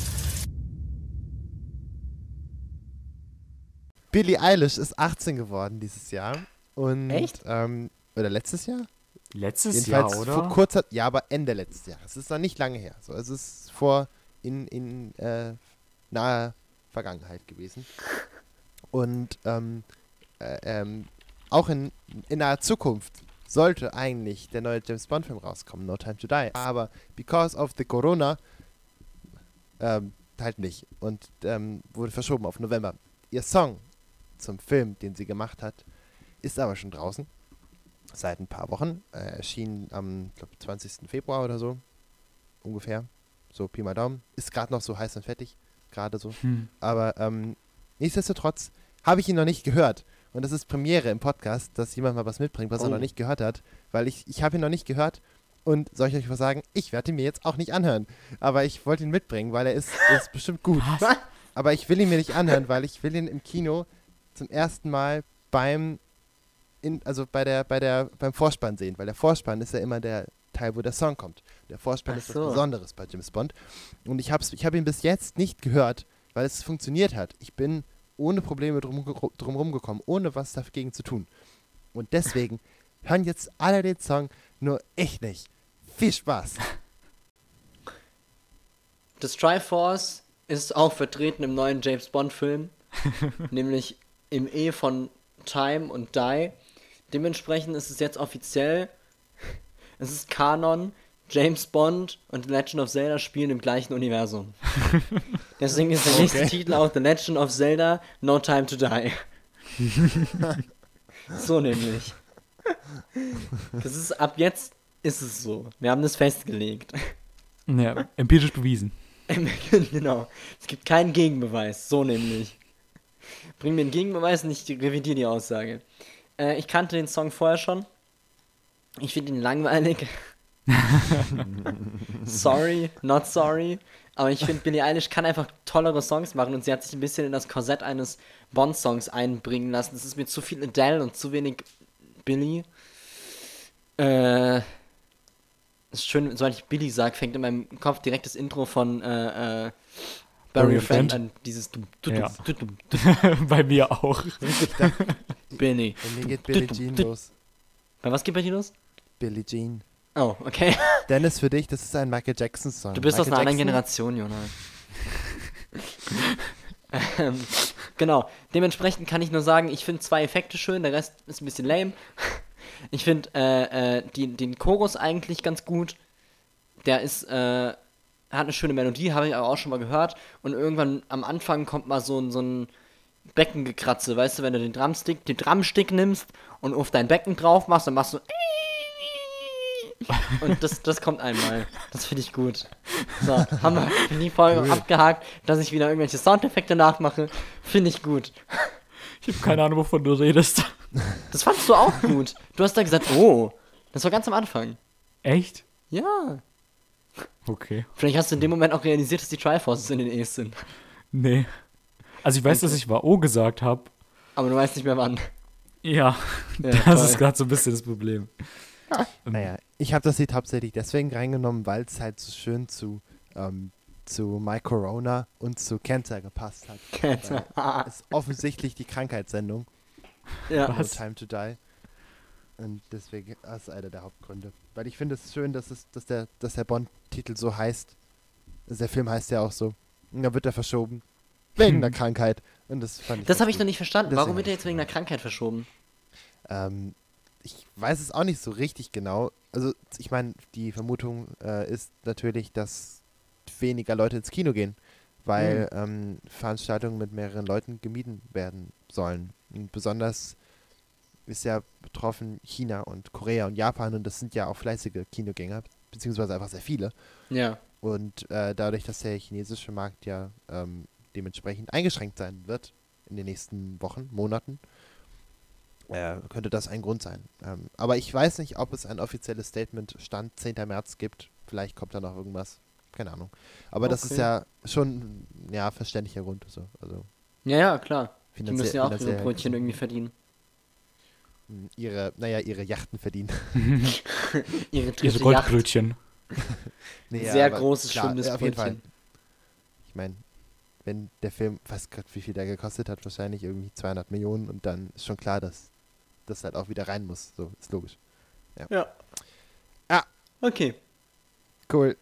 Billie Eilish ist achtzehn geworden dieses Jahr. Und, Echt? Ähm, oder letztes Jahr? Letztes Jedenfalls Jahr, oder? vor kurzer, ja, aber Ende letztes Jahr. Es ist noch nicht lange her. So, es ist vor in, in äh, naher Vergangenheit gewesen. Und ähm, äh, ähm, auch in, in naher Zukunft sollte eigentlich der neue James Bond Film rauskommen, No Time to Die. Aber because of the Corona ähm, halt nicht. Und ähm, wurde verschoben auf November. Ihr Song zum Film, den sie gemacht hat, ist aber schon draußen. Seit ein paar Wochen. Äh, erschien am glaub, zwanzigsten Februar oder so. Ungefähr. So Pi mal Daumen. Ist gerade noch so heiß und fettig. Gerade so. Hm. Aber ähm, nichtsdestotrotz habe ich ihn noch nicht gehört. Und das ist Premiere im Podcast, dass jemand mal was mitbringt, was er Oh. noch nicht gehört hat. Weil ich, ich habe ihn noch nicht gehört. Und soll ich euch was sagen? Ich werde ihn mir jetzt auch nicht anhören. Aber ich wollte ihn mitbringen, weil er ist, er ist bestimmt gut. Was? Aber ich will ihn mir nicht anhören, weil ich will ihn im Kino zum ersten Mal beim in, also bei der, bei der, beim Vorspann sehen, weil der Vorspann ist ja immer der Teil, wo der Song kommt. Der Vorspann Ach ist so. was Besonderes bei James Bond. Und ich habe ich hab ihn bis jetzt nicht gehört, weil es funktioniert hat. Ich bin ohne Probleme drum, drum rumgekommen, ohne was dagegen zu tun. Und deswegen hören jetzt alle den Song, nur ich nicht. Viel Spaß. Das Triforce ist auch vertreten im neuen James Bond Film. Nämlich im E von Time und Die. Dementsprechend ist es jetzt offiziell, es ist Kanon, James Bond und The Legend of Zelda spielen im gleichen Universum. Deswegen ist der Okay. nächste Titel auch The Legend of Zelda, No Time to Die. So nämlich. Das ist, ab jetzt ist es so. Wir haben das festgelegt. Ja, empirisch bewiesen. Genau. Es gibt keinen Gegenbeweis. So nämlich. Bring mir einen Gegenbeweis und ich revidiere die Aussage. Äh, ich kannte den Song vorher schon. Ich finde ihn langweilig. Sorry, not sorry. Aber ich finde, Billie Eilish kann einfach tollere Songs machen und sie hat sich ein bisschen in das Korsett eines Bond-Songs einbringen lassen. Das ist mir zu viel Adele und zu wenig Billie. Äh, ist schön, sobald ich Billie sage, fängt in meinem Kopf direkt das Intro von äh, äh, Barry Barry Friend Friend. an. Dieses dum, dum, Ja. dum, dum, dum, Bei mir auch. Billie. Bei mir geht Billie Jean los. Bei was geht bei dir los? Billie Jean. Oh, okay. Dennis, für dich, das ist ein Michael Jackson-Song. Du bist aus einer Michael anderen Jackson? Generation, Jonas. ähm, genau. Dementsprechend kann ich nur sagen, ich finde zwei Effekte schön, der Rest ist ein bisschen lame. Ich finde äh, äh, die, den Chorus eigentlich ganz gut. Der ist, äh, hat eine schöne Melodie, habe ich aber auch schon mal gehört. Und irgendwann am Anfang kommt mal so, ein- so ein Beckengekratze, weißt du, wenn du den Drumstick, den Drumstick nimmst und auf dein Becken drauf machst, dann machst du und das, das kommt einmal. Das finde ich gut. So, haben wir für die Folge Cool. abgehakt, dass ich wieder irgendwelche Soundeffekte nachmache. Finde ich gut. Ich habe keine Ahnung, wovon du redest. Das fandst du auch gut. Du hast da gesagt, oh, das war ganz am Anfang. Echt? Ja. Okay. Vielleicht hast du in dem Moment auch realisiert, dass die Triforces in den E's sind. Nee. Also ich weiß, dass ich war O gesagt habe. Aber du weißt nicht mehr wann. Ja, Ja, das toll. ist gerade so ein bisschen das Problem. Naja, ich habe das Lied hauptsächlich deswegen reingenommen, weil es halt so schön zu, ähm, zu My Corona und zu Cancer gepasst hat. Weil es ist offensichtlich die Krankheitssendung, Ja. No Was? Time to Die. Und deswegen, das ist einer der Hauptgründe. Weil ich finde es schön, dass, es, dass der, dass der Bond-Titel so heißt. Also der Film heißt ja auch so. Und dann wird er verschoben. Wegen Hm. der Krankheit. Und das fand ich Das ganz habe ich noch gut. nicht verstanden. Deswegen Warum wird er hab jetzt wegen einer Krankheit verschoben? Ähm, ich weiß es auch nicht so richtig genau. Also, ich meine, die Vermutung äh, ist natürlich, dass weniger Leute ins Kino gehen, weil ähm, Veranstaltungen mit mehreren Leuten gemieden werden sollen. Und besonders ist ja betroffen China und Korea und Japan und das sind ja auch fleißige Kinogänger, beziehungsweise einfach sehr viele. Ja. Und äh, dadurch, dass der chinesische Markt ja ähm, dementsprechend eingeschränkt sein wird in den nächsten Wochen, Monaten, äh, könnte das ein Grund sein. Ähm, aber ich weiß nicht, ob es ein offizielles Statement Stand zehnten März gibt. Vielleicht kommt da noch irgendwas. Keine Ahnung. Aber das ist Okay. ja schon ja verständlicher Grund. So. Also Ja, ja, klar. Die finanzie- müssen ja auch ihre finanziell- Brötchen irgendwie verdienen. mh, ihre, naja, ihre Yachten verdienen. Ihre dritte Ihre Yacht. Goldbrötchen. Nee, Sehr aber großes, klar, schwimmendes ja, auf jeden Fall. Brötchen. Ich meine, wenn der Film, weiß Gott, wie viel der gekostet hat, wahrscheinlich irgendwie zweihundert Millionen und dann ist schon klar, dass das halt auch wieder rein muss. So, ist logisch. Ja. Ah. Okay. Cool.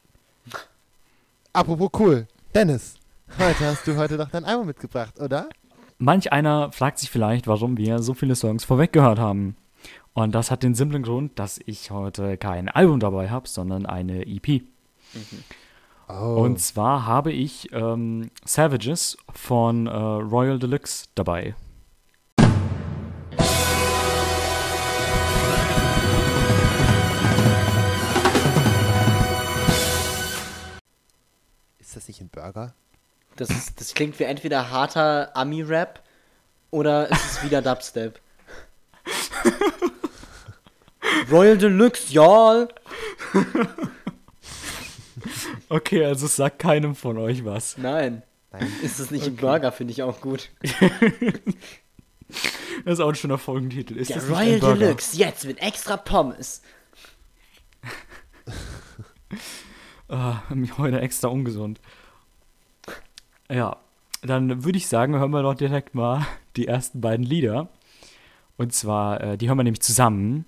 Apropos cool. Dennis, heute hast du heute doch dein Album mitgebracht, oder? Manch einer fragt sich vielleicht, warum wir so viele Songs vorweg gehört haben. Und das hat den simplen Grund, dass ich heute kein Album dabei habe, sondern eine E P. Oh. Und zwar habe ich ähm, Savages von äh, Royal Deluxe dabei. Ist das nicht ein Burger? Das, ist, das klingt wie entweder harter Ami-Rap oder es ist wieder Dubstep. Royal Deluxe, y'all! Okay, also es sagt keinem von euch was. Nein. Nein. Ist es nicht ein Burger, finde ich auch gut. Das ist auch ein schöner Folgentitel. Ist Der das nicht Royal ein Burger? Deluxe, jetzt mit extra Pommes. Ah, mich heute extra ungesund. Ja, dann würde ich sagen, hören wir doch direkt mal die ersten beiden Lieder. Und zwar, äh, die hören wir nämlich zusammen.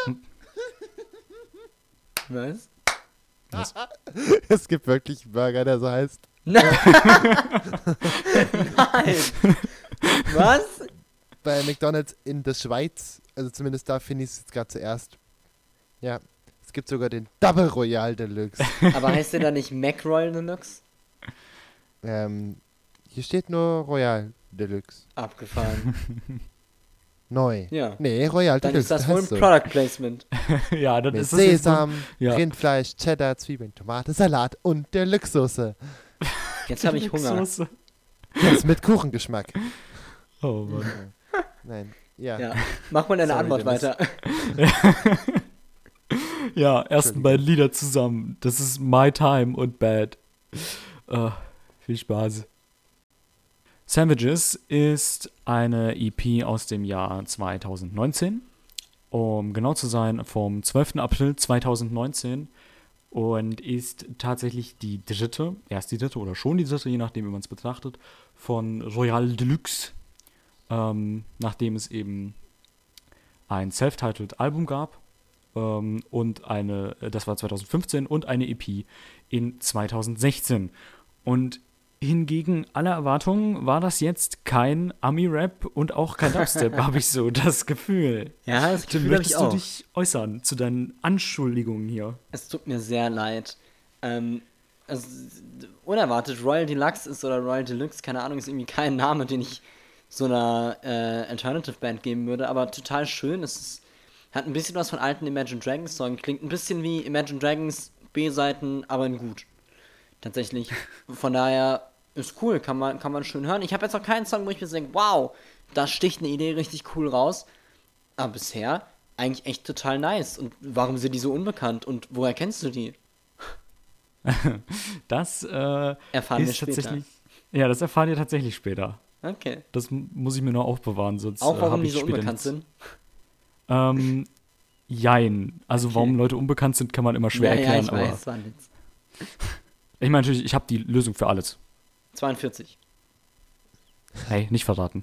Was? Es gibt wirklich einen Burger, der so heißt. Nein! Nein! Was? bei McDonald's in der Schweiz. Also zumindest da finde ich es jetzt gerade zuerst. Ja, es gibt sogar den Double Royal Deluxe. Aber heißt der da nicht McRoyal Deluxe? ähm, hier steht nur Royal Deluxe. Abgefahren. Neu. Ja. Nee, Royal Dann Deluxe. ist das wohl ein heißt so. Product Placement. ja, dann Mit ist das jetzt so- Sesam, ja. Rindfleisch, Cheddar, Zwiebeln, Tomate, Salat und Deluxe-Soße. Jetzt habe ich Hunger. Soße. Das mit Kuchengeschmack. Oh Mann. Nein, ja. Ja. Mach mal deine Sorry, Antwort Dennis. weiter. Ja, ersten beiden Lieder zusammen. Das ist My Time und Bad. Uh, viel Spaß. Sandwiches ist eine E P aus dem Jahr zwanzig neunzehn. Um genau zu sein, vom zwölften April zweitausendneunzehn. Und ist tatsächlich die dritte, erst die dritte oder schon die dritte, je nachdem, wie man es betrachtet, von Royal Deluxe. Ähm, nachdem es eben ein self-titled Album gab. Ähm, und eine, das war zweitausendfünfzehn, und eine E P in zweitausendsechzehn. Und hingegen aller Erwartungen war das jetzt kein Ami-Rap und auch kein Dubstep, habe ich so das Gefühl. Ja, das Tim, Gefühl habe ich möchtest du auch. dich äußern zu deinen Anschuldigungen hier? Es tut mir sehr leid. Ähm, also, unerwartet, Royal Deluxe ist oder Royal Deluxe, keine Ahnung, ist irgendwie kein Name, den ich so einer äh, Alternative Band geben würde, aber total schön. Es ist, hat ein bisschen was von alten Imagine Dragons Songs, klingt ein bisschen wie Imagine Dragons B-Seiten, aber in gut. Tatsächlich. Von daher ist cool, kann man, kann man schön hören. Ich habe jetzt noch keinen Song, wo ich mir denke, wow, da sticht eine Idee richtig cool raus. Aber bisher eigentlich echt total nice. Und warum sind die so unbekannt? Und woher kennst du die? Das äh, Erfahren wir ist später. tatsächlich. Ja, das erfahren wir tatsächlich später. Okay. Das m- muss ich mir noch aufbewahren, sonst Auch äh, warum habe die ich so später unbekannt nichts. sind? Ähm, jein. Also Okay. warum Leute unbekannt sind, kann man immer schwer ja, erklären. ja, ich aber weiß, war ein Witz. ich meine natürlich, ich habe die Lösung für alles. zweiundvierzig. Hey, nicht verraten.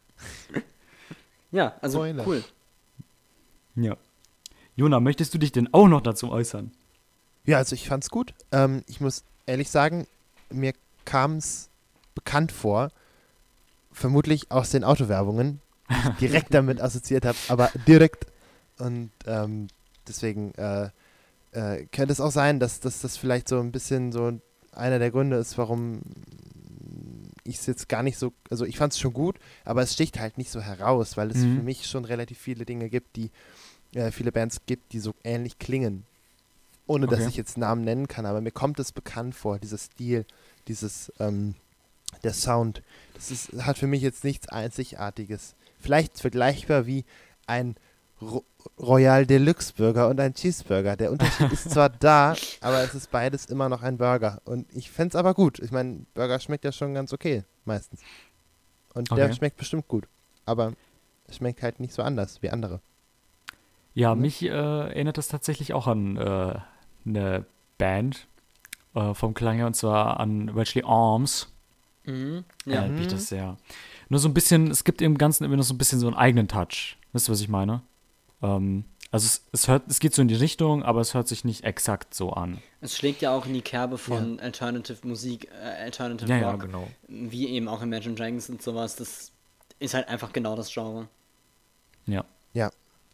Ja, also Spoiler. cool. Ja. Jona, möchtest du dich denn auch noch dazu äußern? Ja, also ich fand's gut. Ähm, ich muss ehrlich sagen, mir kam es bekannt vor, vermutlich aus den Autowerbungen, die ich direkt damit assoziiert habe, aber direkt. Und ähm, deswegen äh, äh, könnte es auch sein, dass, dass das vielleicht so ein bisschen so einer der Gründe ist, warum ich es jetzt gar nicht so, also ich fand es schon gut, aber es sticht halt nicht so heraus, weil es Mhm. für mich schon relativ viele Dinge gibt, die, äh, viele Bands gibt, die so ähnlich klingen. Ohne dass Okay. ich jetzt Namen nennen kann, aber mir kommt es bekannt vor, dieser Stil, dieses, ähm, der Sound. Das ist, hat für mich jetzt nichts Einzigartiges. Vielleicht vergleichbar wie ein Ro Royal Deluxe Burger und ein Cheeseburger. Der Unterschied ist zwar da, aber es ist beides immer noch ein Burger. Und ich fände es aber gut. Ich meine, Burger schmeckt ja schon ganz okay, meistens. Und der Okay. schmeckt bestimmt gut. Aber es schmeckt halt nicht so anders wie andere. Ja, Mhm. mich äh, erinnert das tatsächlich auch an äh, eine Band äh, vom Klang her, und zwar an Wedgley Arms. Mhm. Ja. Ja. Erinnert mich Mhm. das sehr. Nur so ein bisschen, es gibt im Ganzen immer noch so ein bisschen so einen eigenen Touch. Wisst ihr, was ich meine? Ähm, also es, es, hört, es geht so in die Richtung, aber es hört sich nicht exakt so an. Es schlägt ja auch in die Kerbe von Alternative Musik, äh, Alternative Ja, ja, Rock, genau. wie eben auch Imagine Dragons und sowas. Das ist halt einfach genau das Genre. Ja. Ja.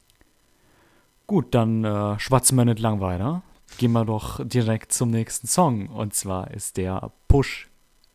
Gut, dann äh, schwatzen wir nicht lang weiter. Gehen wir doch direkt zum nächsten Song. Und zwar ist der Push.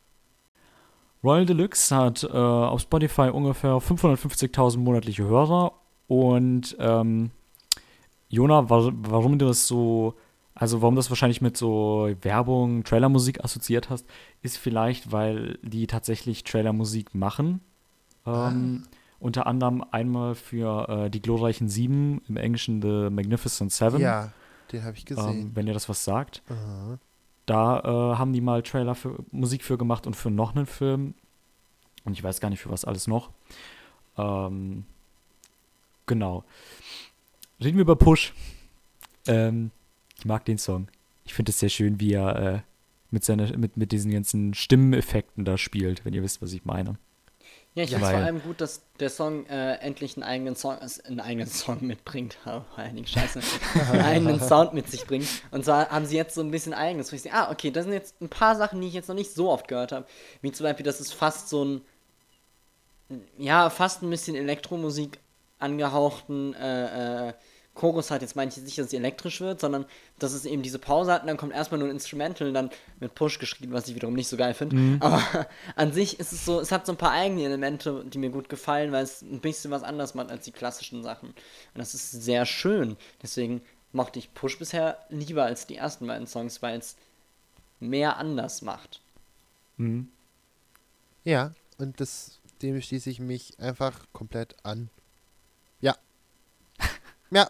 Royal Deluxe hat äh, auf Spotify ungefähr fünfhundertfünfzigtausend monatliche Hörer. Und ähm, Jona, wa warum du das so, also warum du das wahrscheinlich mit so Werbung, Trailermusik assoziiert hast, ist vielleicht, weil die tatsächlich Trailermusik machen. Ähm, Unter anderem einmal für äh, die glorreichen Sieben, im Englischen The Magnificent Seven. Ja, den habe ich ähm, gesehen. wenn ihr das was sagt. Aha. Da äh, haben die mal Trailer für Musik für gemacht und für noch einen Film. Und ich weiß gar nicht, für was alles noch. Ähm, genau. Reden wir über Push. Ähm, ich mag den Song. Ich finde es sehr schön, wie er äh, mit, seiner, mit, mit diesen ganzen Stimmeneffekten da spielt, wenn ihr wisst, was ich meine. Ja, ich Ja, finde es vor weil- allem gut, dass der Song äh, endlich einen eigenen Song, also einen eigenen Song mitbringt. Oh, einigen Scheiße. einen eigenen Sound mit sich bringt. Und zwar haben sie jetzt so ein bisschen eigenes, wo ich sehe, ah, okay, das sind jetzt ein paar Sachen, die ich jetzt noch nicht so oft gehört habe. Wie zum Beispiel, das ist fast so ein ja, fast ein bisschen Elektromusik angehauchten äh, äh, Chorus hat. Jetzt meine ich nicht, dass es elektrisch wird, sondern dass es eben diese Pause hat und dann kommt erstmal nur ein Instrumental und dann mit Push geschrieben, was ich wiederum nicht so geil finde. Mhm. Aber an sich ist es so, es hat so ein paar eigene Elemente, die mir gut gefallen, weil es ein bisschen was anderes macht als die klassischen Sachen. Und das ist sehr schön. Deswegen mochte ich Push bisher lieber als die ersten beiden Songs, weil es mehr anders macht. Mhm. Ja, und das, dem schließe ich mich einfach komplett an. Ja. Ja.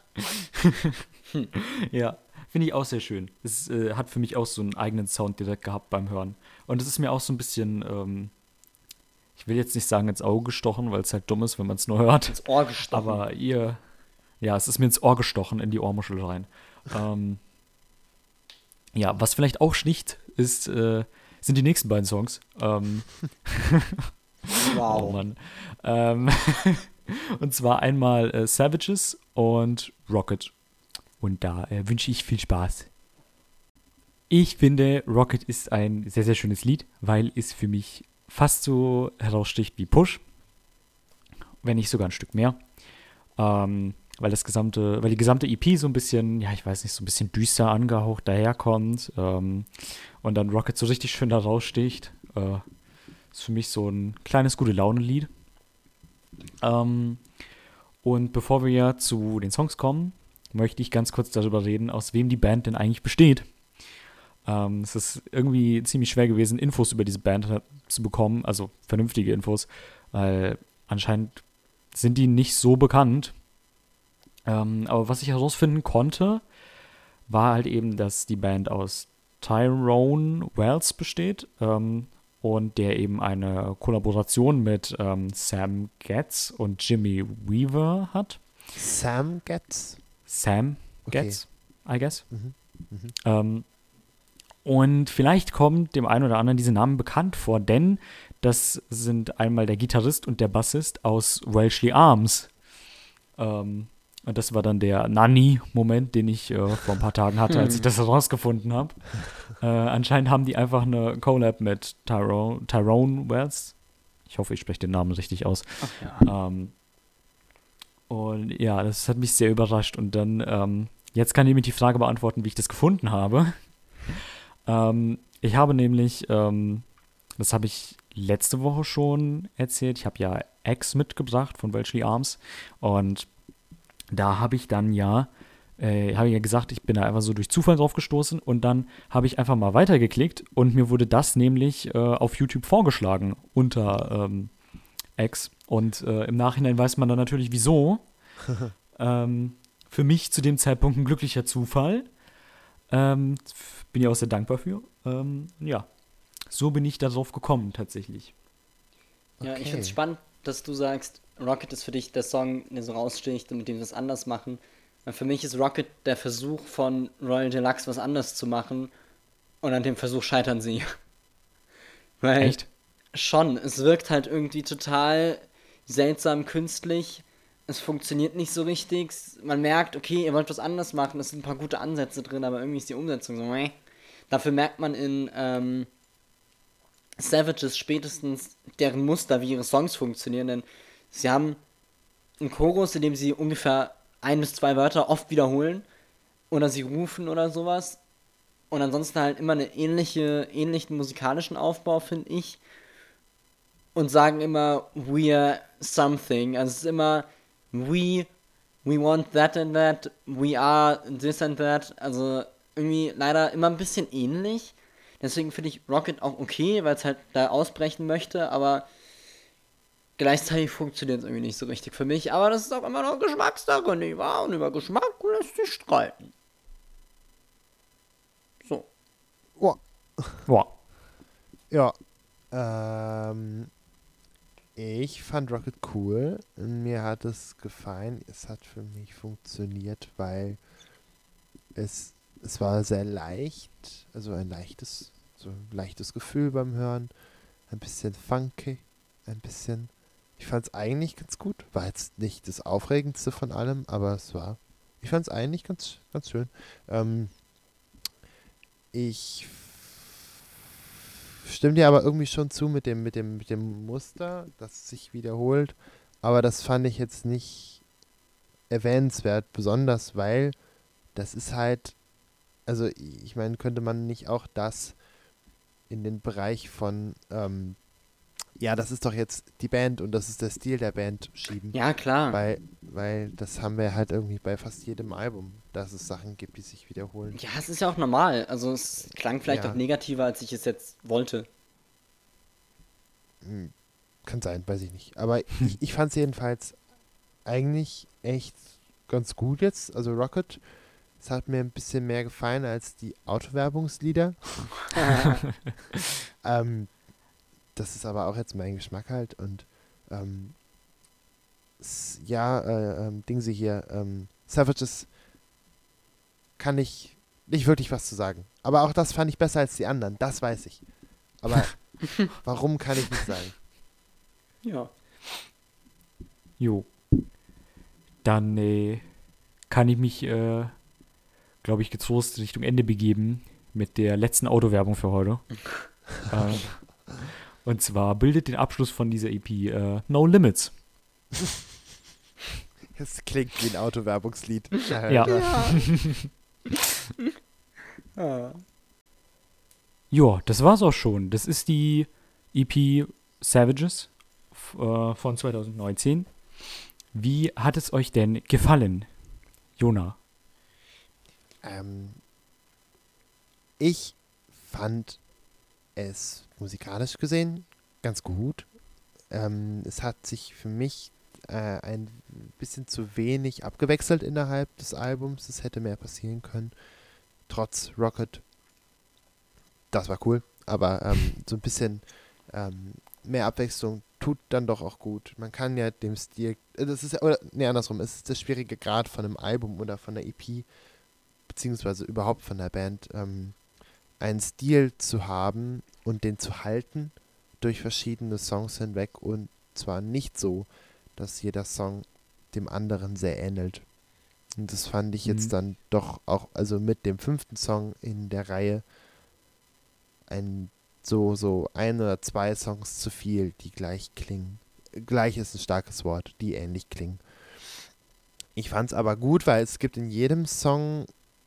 Ja, finde ich auch sehr schön. Es äh, hat für mich auch so einen eigenen Sound direkt gehabt beim Hören. Und es ist mir auch so ein bisschen, ähm, ich will jetzt nicht sagen ins Auge gestochen, weil es halt dumm ist, wenn man es nur hört. Ins Ohr gestochen. Aber ihr, ja, es ist mir ins Ohr gestochen, in die Ohrmuschel rein. ähm, ja, was vielleicht auch sticht, ist, äh, sind die nächsten beiden Songs. Ähm, Wow. Oh Mann. Ähm, und zwar einmal äh, Savages und Rocket. Und da äh, wünsche ich viel Spaß. Ich finde, Rocket ist ein sehr, sehr schönes Lied, weil es für mich fast so heraussticht wie Push. Wenn nicht sogar ein Stück mehr. Ähm, weil das gesamte, weil die gesamte E P so ein bisschen, ja, ich weiß nicht, so ein bisschen düster angehaucht daherkommt. Ähm, und dann Rocket so richtig schön heraussticht. Äh, ist für mich so ein kleines Gute-Laune-Lied. Ähm, und bevor wir zu den Songs kommen, möchte ich ganz kurz darüber reden, aus wem die Band denn eigentlich besteht. Ähm, es ist irgendwie ziemlich schwer gewesen, Infos über diese Band zu bekommen, also vernünftige Infos, weil anscheinend sind die nicht so bekannt. Ähm, aber was ich herausfinden konnte, war halt eben, dass die Band aus Tyrone Wells besteht, ähm, und der eben eine Kollaboration mit ähm, Sam Getz und Jimmy Weaver hat. Sam Getz? Sam Okay. Getz, I guess. Mhm. Mhm. Ähm, und vielleicht kommt dem einen oder anderen diese Namen bekannt vor, denn das sind einmal der Gitarrist und der Bassist aus Welshly Arms. Ähm, und das war dann der Nanny-Moment, den ich äh, vor ein paar Tagen hatte, als ich das herausgefunden habe. Äh, anscheinend haben die einfach eine Collab mit Tyrone, Tyrone Wells. Ich hoffe, ich spreche den Namen richtig aus. Ach ja. Ähm, und ja, das hat mich sehr überrascht. Und dann, ähm, jetzt kann ich mir die Frage beantworten, wie ich das gefunden habe. ähm, ich habe nämlich, ähm, das habe ich letzte Woche schon erzählt, ich habe ja X mitgebracht von Welshly Arms. Und da habe ich dann ja, äh, habe ich ja gesagt, ich bin da einfach so durch Zufall drauf gestoßen. Und dann habe ich einfach mal weitergeklickt und mir wurde das nämlich äh, auf YouTube vorgeschlagen unter ähm, X. Und äh, im Nachhinein weiß man dann natürlich, wieso. ähm, für mich zu dem Zeitpunkt ein glücklicher Zufall. Ähm, bin ja auch sehr dankbar für. Ähm, ja, so bin ich darauf gekommen, tatsächlich. Ja, ich Okay. finde es spannend, dass du sagst, Rocket ist für dich der Song, der so raussticht und mit dem wir es anders machen. Weil für mich ist Rocket der Versuch von Royal Deluxe, was anders zu machen. Und an dem Versuch scheitern sie. Weil Echt? schon, es wirkt halt irgendwie total seltsam künstlich. Es funktioniert nicht so richtig. Man merkt, okay, ihr wollt was anderes machen. Es sind ein paar gute Ansätze drin, aber irgendwie ist die Umsetzung so, meh. Dafür merkt man in ähm, Savages spätestens deren Muster, wie ihre Songs funktionieren, denn sie haben einen Chorus, in dem sie ungefähr ein bis zwei Wörter oft wiederholen oder sie rufen oder sowas und ansonsten halt immer eine ähnliche, ähnlichen musikalischen Aufbau, finde ich, und sagen immer we're something, also es ist immer we, we want that and that, we are this and that, also irgendwie leider immer ein bisschen ähnlich. Deswegen finde ich Rocket auch okay, weil es halt da ausbrechen möchte, aber gleichzeitig funktioniert es irgendwie nicht so richtig für mich. Aber das ist auch immer noch Geschmackssache, nicht wahr? Und über Geschmack lässt sich streiten. So. Oh, Boah. ja. Ähm, ich fand Rocket cool. Mir hat es gefallen. Es hat für mich funktioniert, weil es, es war sehr leicht. Also ein leichtes, so ein leichtes Gefühl beim Hören. Ein bisschen funky. Ein bisschen. Ich fand es eigentlich ganz gut. War jetzt nicht das Aufregendste von allem, aber es war. Ich fand es eigentlich ganz, ganz schön. Ähm, ich f- stimme dir aber irgendwie schon zu mit dem, mit dem, mit dem Muster, das es sich wiederholt. Aber das fand ich jetzt nicht erwähnenswert, besonders weil das ist halt, also ich meine, könnte man nicht auch das in den Bereich von, ähm, ja, das ist doch jetzt die Band und das ist der Stil der Band schieben. Ja, klar. Weil, weil das haben wir halt irgendwie bei fast jedem Album, dass es Sachen gibt, die sich wiederholen. Ja, es ist ja auch normal. Also es klang vielleicht Ja. auch negativer, als ich es jetzt wollte. Hm, Kann sein, weiß ich nicht. Aber ich, ich fand es jedenfalls eigentlich echt ganz gut jetzt. Also Rocket, es hat mir ein bisschen mehr gefallen als die Autowerbungslieder. ähm, das ist aber auch jetzt mein Geschmack halt. Und ähm, s- ja, äh, ähm, Dingsy hier, ähm, Savages kann ich nicht wirklich was zu sagen. Aber auch das fand ich besser als die anderen, das weiß ich. Aber warum, kann ich nicht sagen. Ja. Jo. Dann äh, kann ich mich, äh, glaube ich, getrost Richtung Ende begeben mit der letzten Autowerbung für heute. äh, und zwar bildet den Abschluss von dieser E P äh, No Limits. Es klingt wie ein Autowerbungslied. Ja. Ah. Ja, das war's auch schon. Das ist die E P Savages f- äh, von zwanzig neunzehn. Wie hat es euch denn gefallen, Jona? Ähm, ich fand es musikalisch gesehen ganz gut. Ähm, es hat sich für mich äh, ein bisschen zu wenig abgewechselt innerhalb des Albums. Es hätte mehr passieren können. Trotz Rocket. Das war cool. Aber ähm, so ein bisschen ähm, mehr Abwechslung tut dann doch auch gut. Man kann ja dem Stil, äh, das ist ja, oder, nee, andersrum, es ist der schwierige Grad von einem Album oder von der E P, beziehungsweise überhaupt von der Band, ähm, einen Stil zu haben und den zu halten durch verschiedene Songs hinweg und zwar nicht so, dass jeder Song dem anderen sehr ähnelt. Und das fand ich jetzt Mhm. dann doch auch, also mit dem fünften Song in der Reihe, ein so, so ein oder zwei Songs zu viel, die gleich klingen. Gleich ist ein starkes Wort, die ähnlich klingen. Ich fand es aber gut, weil es gibt in jedem Song,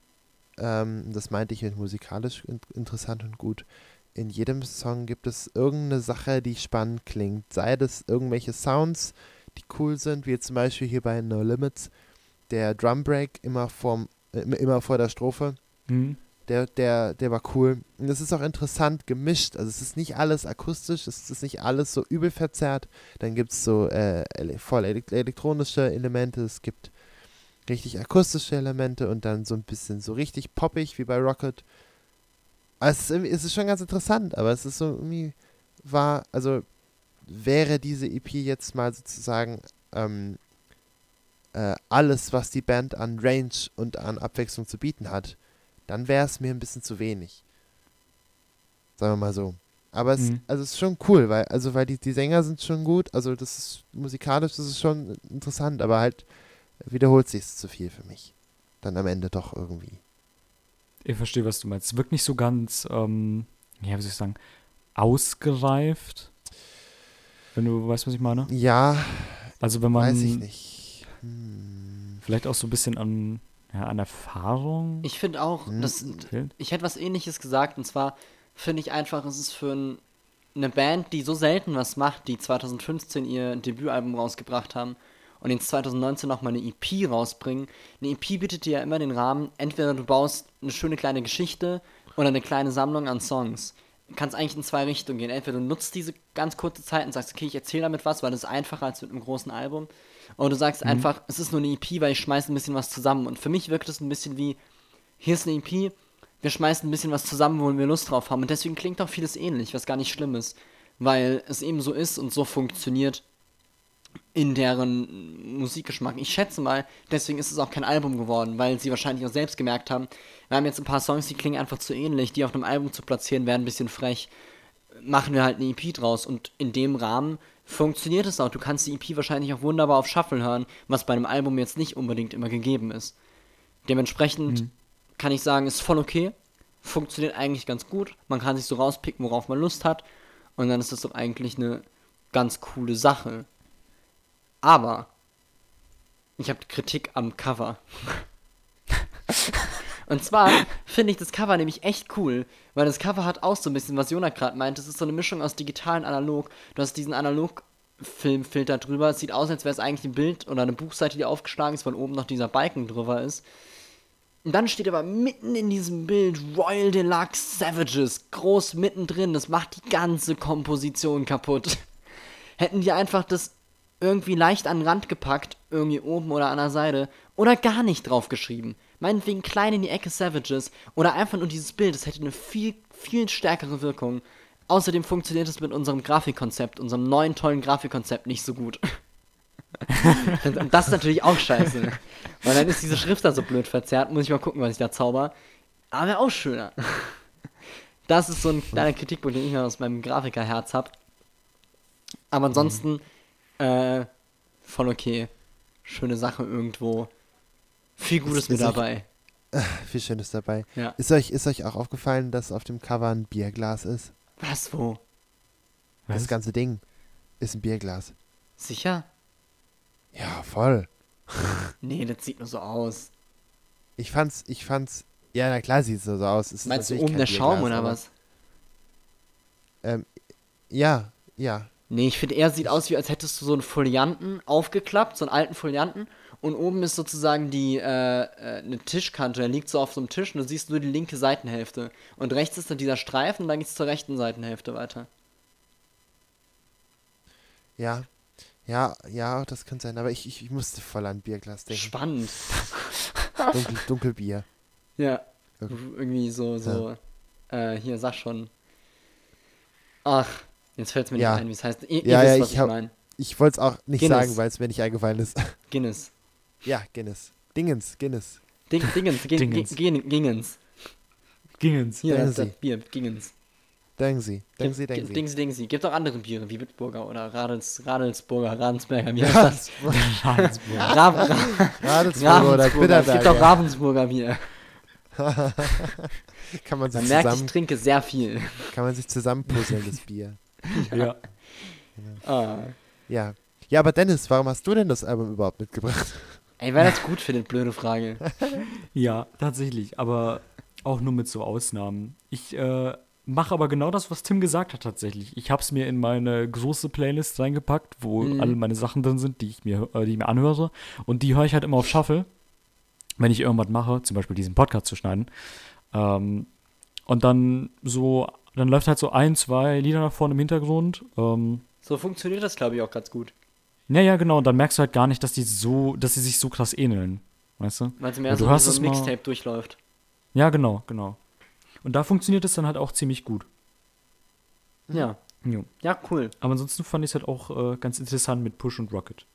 ähm, das meinte ich mit musikalisch in interessant und gut, in jedem Song gibt es irgendeine Sache, die spannend klingt. Sei das irgendwelche Sounds, die cool sind, wie zum Beispiel hier bei No Limits, der Drum Break immer, vorm, äh, immer vor der Strophe. Mhm. Der, der, der war cool. Und es ist auch interessant gemischt. Also es ist nicht alles akustisch, es ist nicht alles so übel verzerrt. Dann gibt es so äh, ele voll elek elektronische Elemente, es gibt richtig akustische Elemente und dann so ein bisschen so richtig poppig wie bei Rocket. Also es ist, irgendwie- es ist schon ganz interessant, aber es ist so irgendwie war, also wäre diese E P jetzt mal sozusagen ähm, äh, alles, was die Band an Range und an Abwechslung zu bieten hat, dann wäre es mir ein bisschen zu wenig. Sagen wir mal so. Aber es, Mhm. also es ist schon cool, weil, also weil die, die Sänger sind schon gut, also das ist musikalisch, das ist schon interessant, aber halt wiederholt sich zu viel für mich. Dann am Ende doch irgendwie. Ich verstehe, was du meinst. Es wirkt nicht so ganz, ähm, ja, wie soll ich sagen, ausgereift. Wenn du weißt, was ich meine. Ja, Also wenn man weiß ich nicht. Hm. vielleicht auch so ein bisschen an, ja, an Erfahrung Ich finde auch, Hm. dass fehlt. ich hätte was Ähnliches gesagt, und zwar finde ich einfach, es ist für ein, eine Band, die so selten was macht, die zwanzig fünfzehn ihr Debütalbum rausgebracht haben und jetzt zwanzig neunzehn nochmal eine E P rausbringen. Eine E P bietet dir ja immer den Rahmen, entweder du baust eine schöne kleine Geschichte oder eine kleine Sammlung an Songs. Du kannst eigentlich in zwei Richtungen gehen. Entweder du nutzt diese ganz kurze Zeit und sagst, okay, ich erzähle damit was, weil das ist einfacher als mit einem großen Album. Oder du sagst einfach, es ist nur eine E P, weil ich schmeiße ein bisschen was zusammen. Und für mich wirkt es ein bisschen wie, hier ist eine E P, wir schmeißen ein bisschen was zusammen, wo wir Lust drauf haben. Und deswegen klingt auch vieles ähnlich, was gar nicht schlimm ist. Weil es eben so ist und so funktioniert in deren Musikgeschmack. Ich schätze mal, deswegen ist es auch kein Album geworden, weil sie wahrscheinlich auch selbst gemerkt haben, wir haben jetzt ein paar Songs, die klingen einfach zu ähnlich, die auf einem Album zu platzieren, wären ein bisschen frech. Machen wir halt eine E P draus und in dem Rahmen funktioniert es auch. Du kannst die E P wahrscheinlich auch wunderbar auf Shuffle hören, was bei einem Album jetzt nicht unbedingt immer gegeben ist. Dementsprechend Mhm. kann ich sagen, ist voll okay. funktioniert eigentlich ganz gut. Man kann sich so rauspicken, worauf man Lust hat. Und dann ist das doch eigentlich eine ganz coole Sache. Aber ich habe Kritik am Cover. Und zwar finde ich das Cover nämlich echt cool, weil das Cover hat auch so ein bisschen, was Jona gerade meint, es ist so eine Mischung aus digital und analog. Du hast diesen Analog-Filmfilter drüber, es sieht aus, als wäre es eigentlich ein Bild oder eine Buchseite, die aufgeschlagen ist, weil oben noch dieser Balken drüber ist. Und dann steht aber mitten in diesem Bild Royal Deluxe Savages, groß mittendrin, das macht die ganze Komposition kaputt. Hätten die einfach das irgendwie leicht an den Rand gepackt, irgendwie oben oder an der Seite, oder gar nicht draufgeschrieben. Meinetwegen klein in die Ecke Savages oder einfach nur dieses Bild, das hätte eine viel, viel stärkere Wirkung. Außerdem funktioniert es mit unserem Grafikkonzept, unserem neuen tollen Grafikkonzept nicht so gut. Und das ist natürlich auch scheiße. Weil dann ist diese Schrift da so blöd verzerrt, muss ich mal gucken, was ich da zauber. Aber wäre auch schöner. Das ist so ein kleiner Kritikpunkt, den ich aus meinem Grafikerherz habe. Aber ansonsten, äh, voll okay. Schöne Sache irgendwo. Viel Gutes Ist- mit ist euch- dabei. Viel Schönes dabei. Ja. Ist euch, ist euch auch aufgefallen, dass auf dem Cover ein Bierglas ist? Was, wo? Was? Das ganze Ding ist ein Bierglas. Sicher? Ja, voll. Nee, das sieht nur so aus. Ich fand's, ich fand's, ja, na klar sieht es so aus. Es ist Meinst du natürlich oben kein der Schaum Bierglas, oder aber, was? Ähm, ja, ja. Nee, ich finde eher, sieht aus, wie als hättest du so einen Folianten aufgeklappt, so einen alten Folianten. Und oben ist sozusagen die, äh, äh, eine Tischkante, der liegt so auf so einem Tisch und du siehst nur die linke Seitenhälfte. Und rechts ist dann dieser Streifen und dann geht's zur rechten Seitenhälfte weiter. Ja, ja, ja, das kann sein. Aber ich, ich, ich musste voll an Bierglas denken. Spannend. Dunkel, Dunkelbier. Ja. Ja. Irgendwie so, so, äh, hier, sag schon. Ach, jetzt fällt's mir Ja. nicht ein, wie es heißt. Ihr, Ja, ihr ja, wisst, was ich ich hab- meine. Ich wollte es auch nicht Guinness. sagen, weil es mir nicht eingefallen ist. Guinness. Ja, Guinness. Dingens, Guinness. Ding, Dingens, Ging- Dingens. Ging- Gingens. Gingens. Hier, das, Denken das Bier, Gingens. Denken Sie, denken Sie, denken Sie. Dingsi, Dingsi. Gibt auch andere Biere, wie Bitburger oder Radels, Radelsburger, Ravensberger, wie heißt das? Ravensburg. Rav, Ra Radelsburger oder Ravensburger. Es gibt auch Bitterberger. Ravensburger Bier. Kann man sich Man merkt, ich zusammen, trinke sehr viel. kann man sich zusammenpuzzeln, das Bier. Ja. Ah. Ja. Ja, aber Dennis, warum hast du denn das Album überhaupt mitgebracht? Ey, wer das gut findet, blöde Frage. Ja, tatsächlich, aber auch nur mit so Ausnahmen. Ich äh, mache aber genau das, was Tim gesagt hat tatsächlich. Ich habe es mir in meine große Playlist reingepackt, wo Mhm. alle meine Sachen drin sind, die ich mir, äh, die ich mir anhöre. Und die höre ich halt immer auf Shuffle, wenn ich irgendwas mache, zum Beispiel diesen Podcast zu schneiden. Ähm, und dann so, dann läuft halt so ein, zwei Lieder nach vorne im Hintergrund. Ähm, So funktioniert das, glaube ich, auch ganz gut. ja, ja, genau. Und dann merkst du halt gar nicht, dass die so, dass sie sich so krass ähneln. Weißt du? Weil es mehr Ja, so du wie hast so es ein mal- Mixtape durchläuft. Ja, genau, genau. Und da funktioniert es dann halt auch ziemlich gut. Ja. Jo. Ja, cool. Aber ansonsten fand ich es halt auch äh, ganz interessant mit Push und Rocket.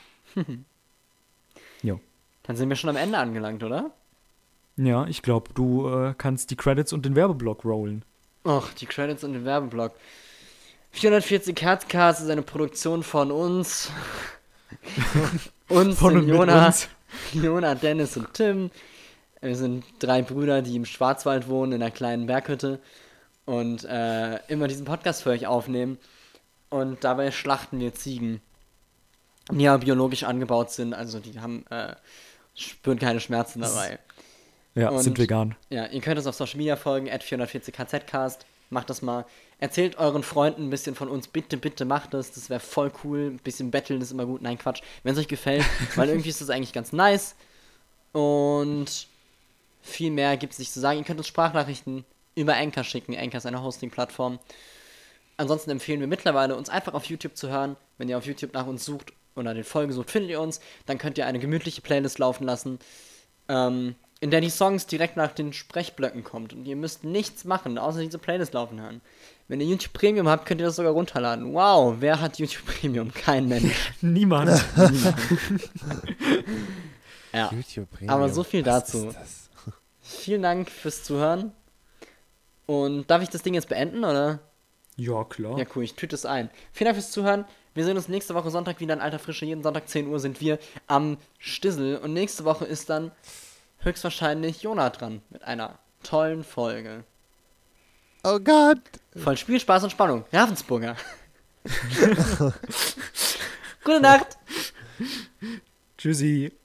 Jo. Dann sind wir schon am Ende angelangt, oder? Ja, ich glaube, du äh, kannst die Credits und den Werbeblock rollen. Och, die Credits und den Werbeblock. vierhundertvierzig Hertz Cast ist eine Produktion von uns. uns Von sind und mit Jona, uns. Jona, Dennis und Tim. Wir sind drei Brüder, die im Schwarzwald wohnen, in einer kleinen Berghütte. Und äh, immer diesen Podcast für euch aufnehmen. Und dabei schlachten wir Ziegen, die ja biologisch angebaut sind. Also die haben, äh, spüren keine Schmerzen dabei. Ja, Und- sind vegan. Ja, ihr könnt uns auf Social Media folgen, at vierhundertvierzig H Z Cast. Macht das mal. Erzählt euren Freunden ein bisschen von uns. Bitte, bitte macht das. Das wäre voll cool. Ein bisschen betteln ist immer gut. Nein, Quatsch. Wenn es euch gefällt, weil irgendwie ist das eigentlich ganz nice. Und viel mehr gibt es nicht zu sagen. Ihr könnt uns Sprachnachrichten über Anchor schicken. Anchor ist eine Hosting-Plattform. Ansonsten empfehlen wir mittlerweile, uns einfach auf YouTube zu hören. Wenn ihr auf YouTube nach uns sucht oder den Folgen sucht, findet ihr uns. Dann könnt ihr eine gemütliche Playlist laufen lassen. Ähm, in der die Songs direkt nach den Sprechblöcken kommt. Und ihr müsst nichts machen, außer diese Playlist laufen hören. Wenn ihr YouTube Premium habt, könnt ihr das sogar runterladen. Wow, wer hat YouTube Premium? Kein Mensch. Niemand. Ja. YouTube Premium. Aber so viel Was dazu. ist das? Vielen Dank fürs Zuhören. Und darf ich das Ding jetzt beenden, oder? Ja, klar. Ja, cool, ich tüte es ein. Vielen Dank fürs Zuhören. Wir sehen uns nächste Woche Sonntag wieder in alter Frische. Jeden Sonntag zehn Uhr sind wir am Stissel. Und nächste Woche ist dann höchstwahrscheinlich Jona dran mit einer tollen Folge. Oh Gott. Von Spiel, Spaß und Spannung. Ravensburger. Gute Nacht. Tschüssi.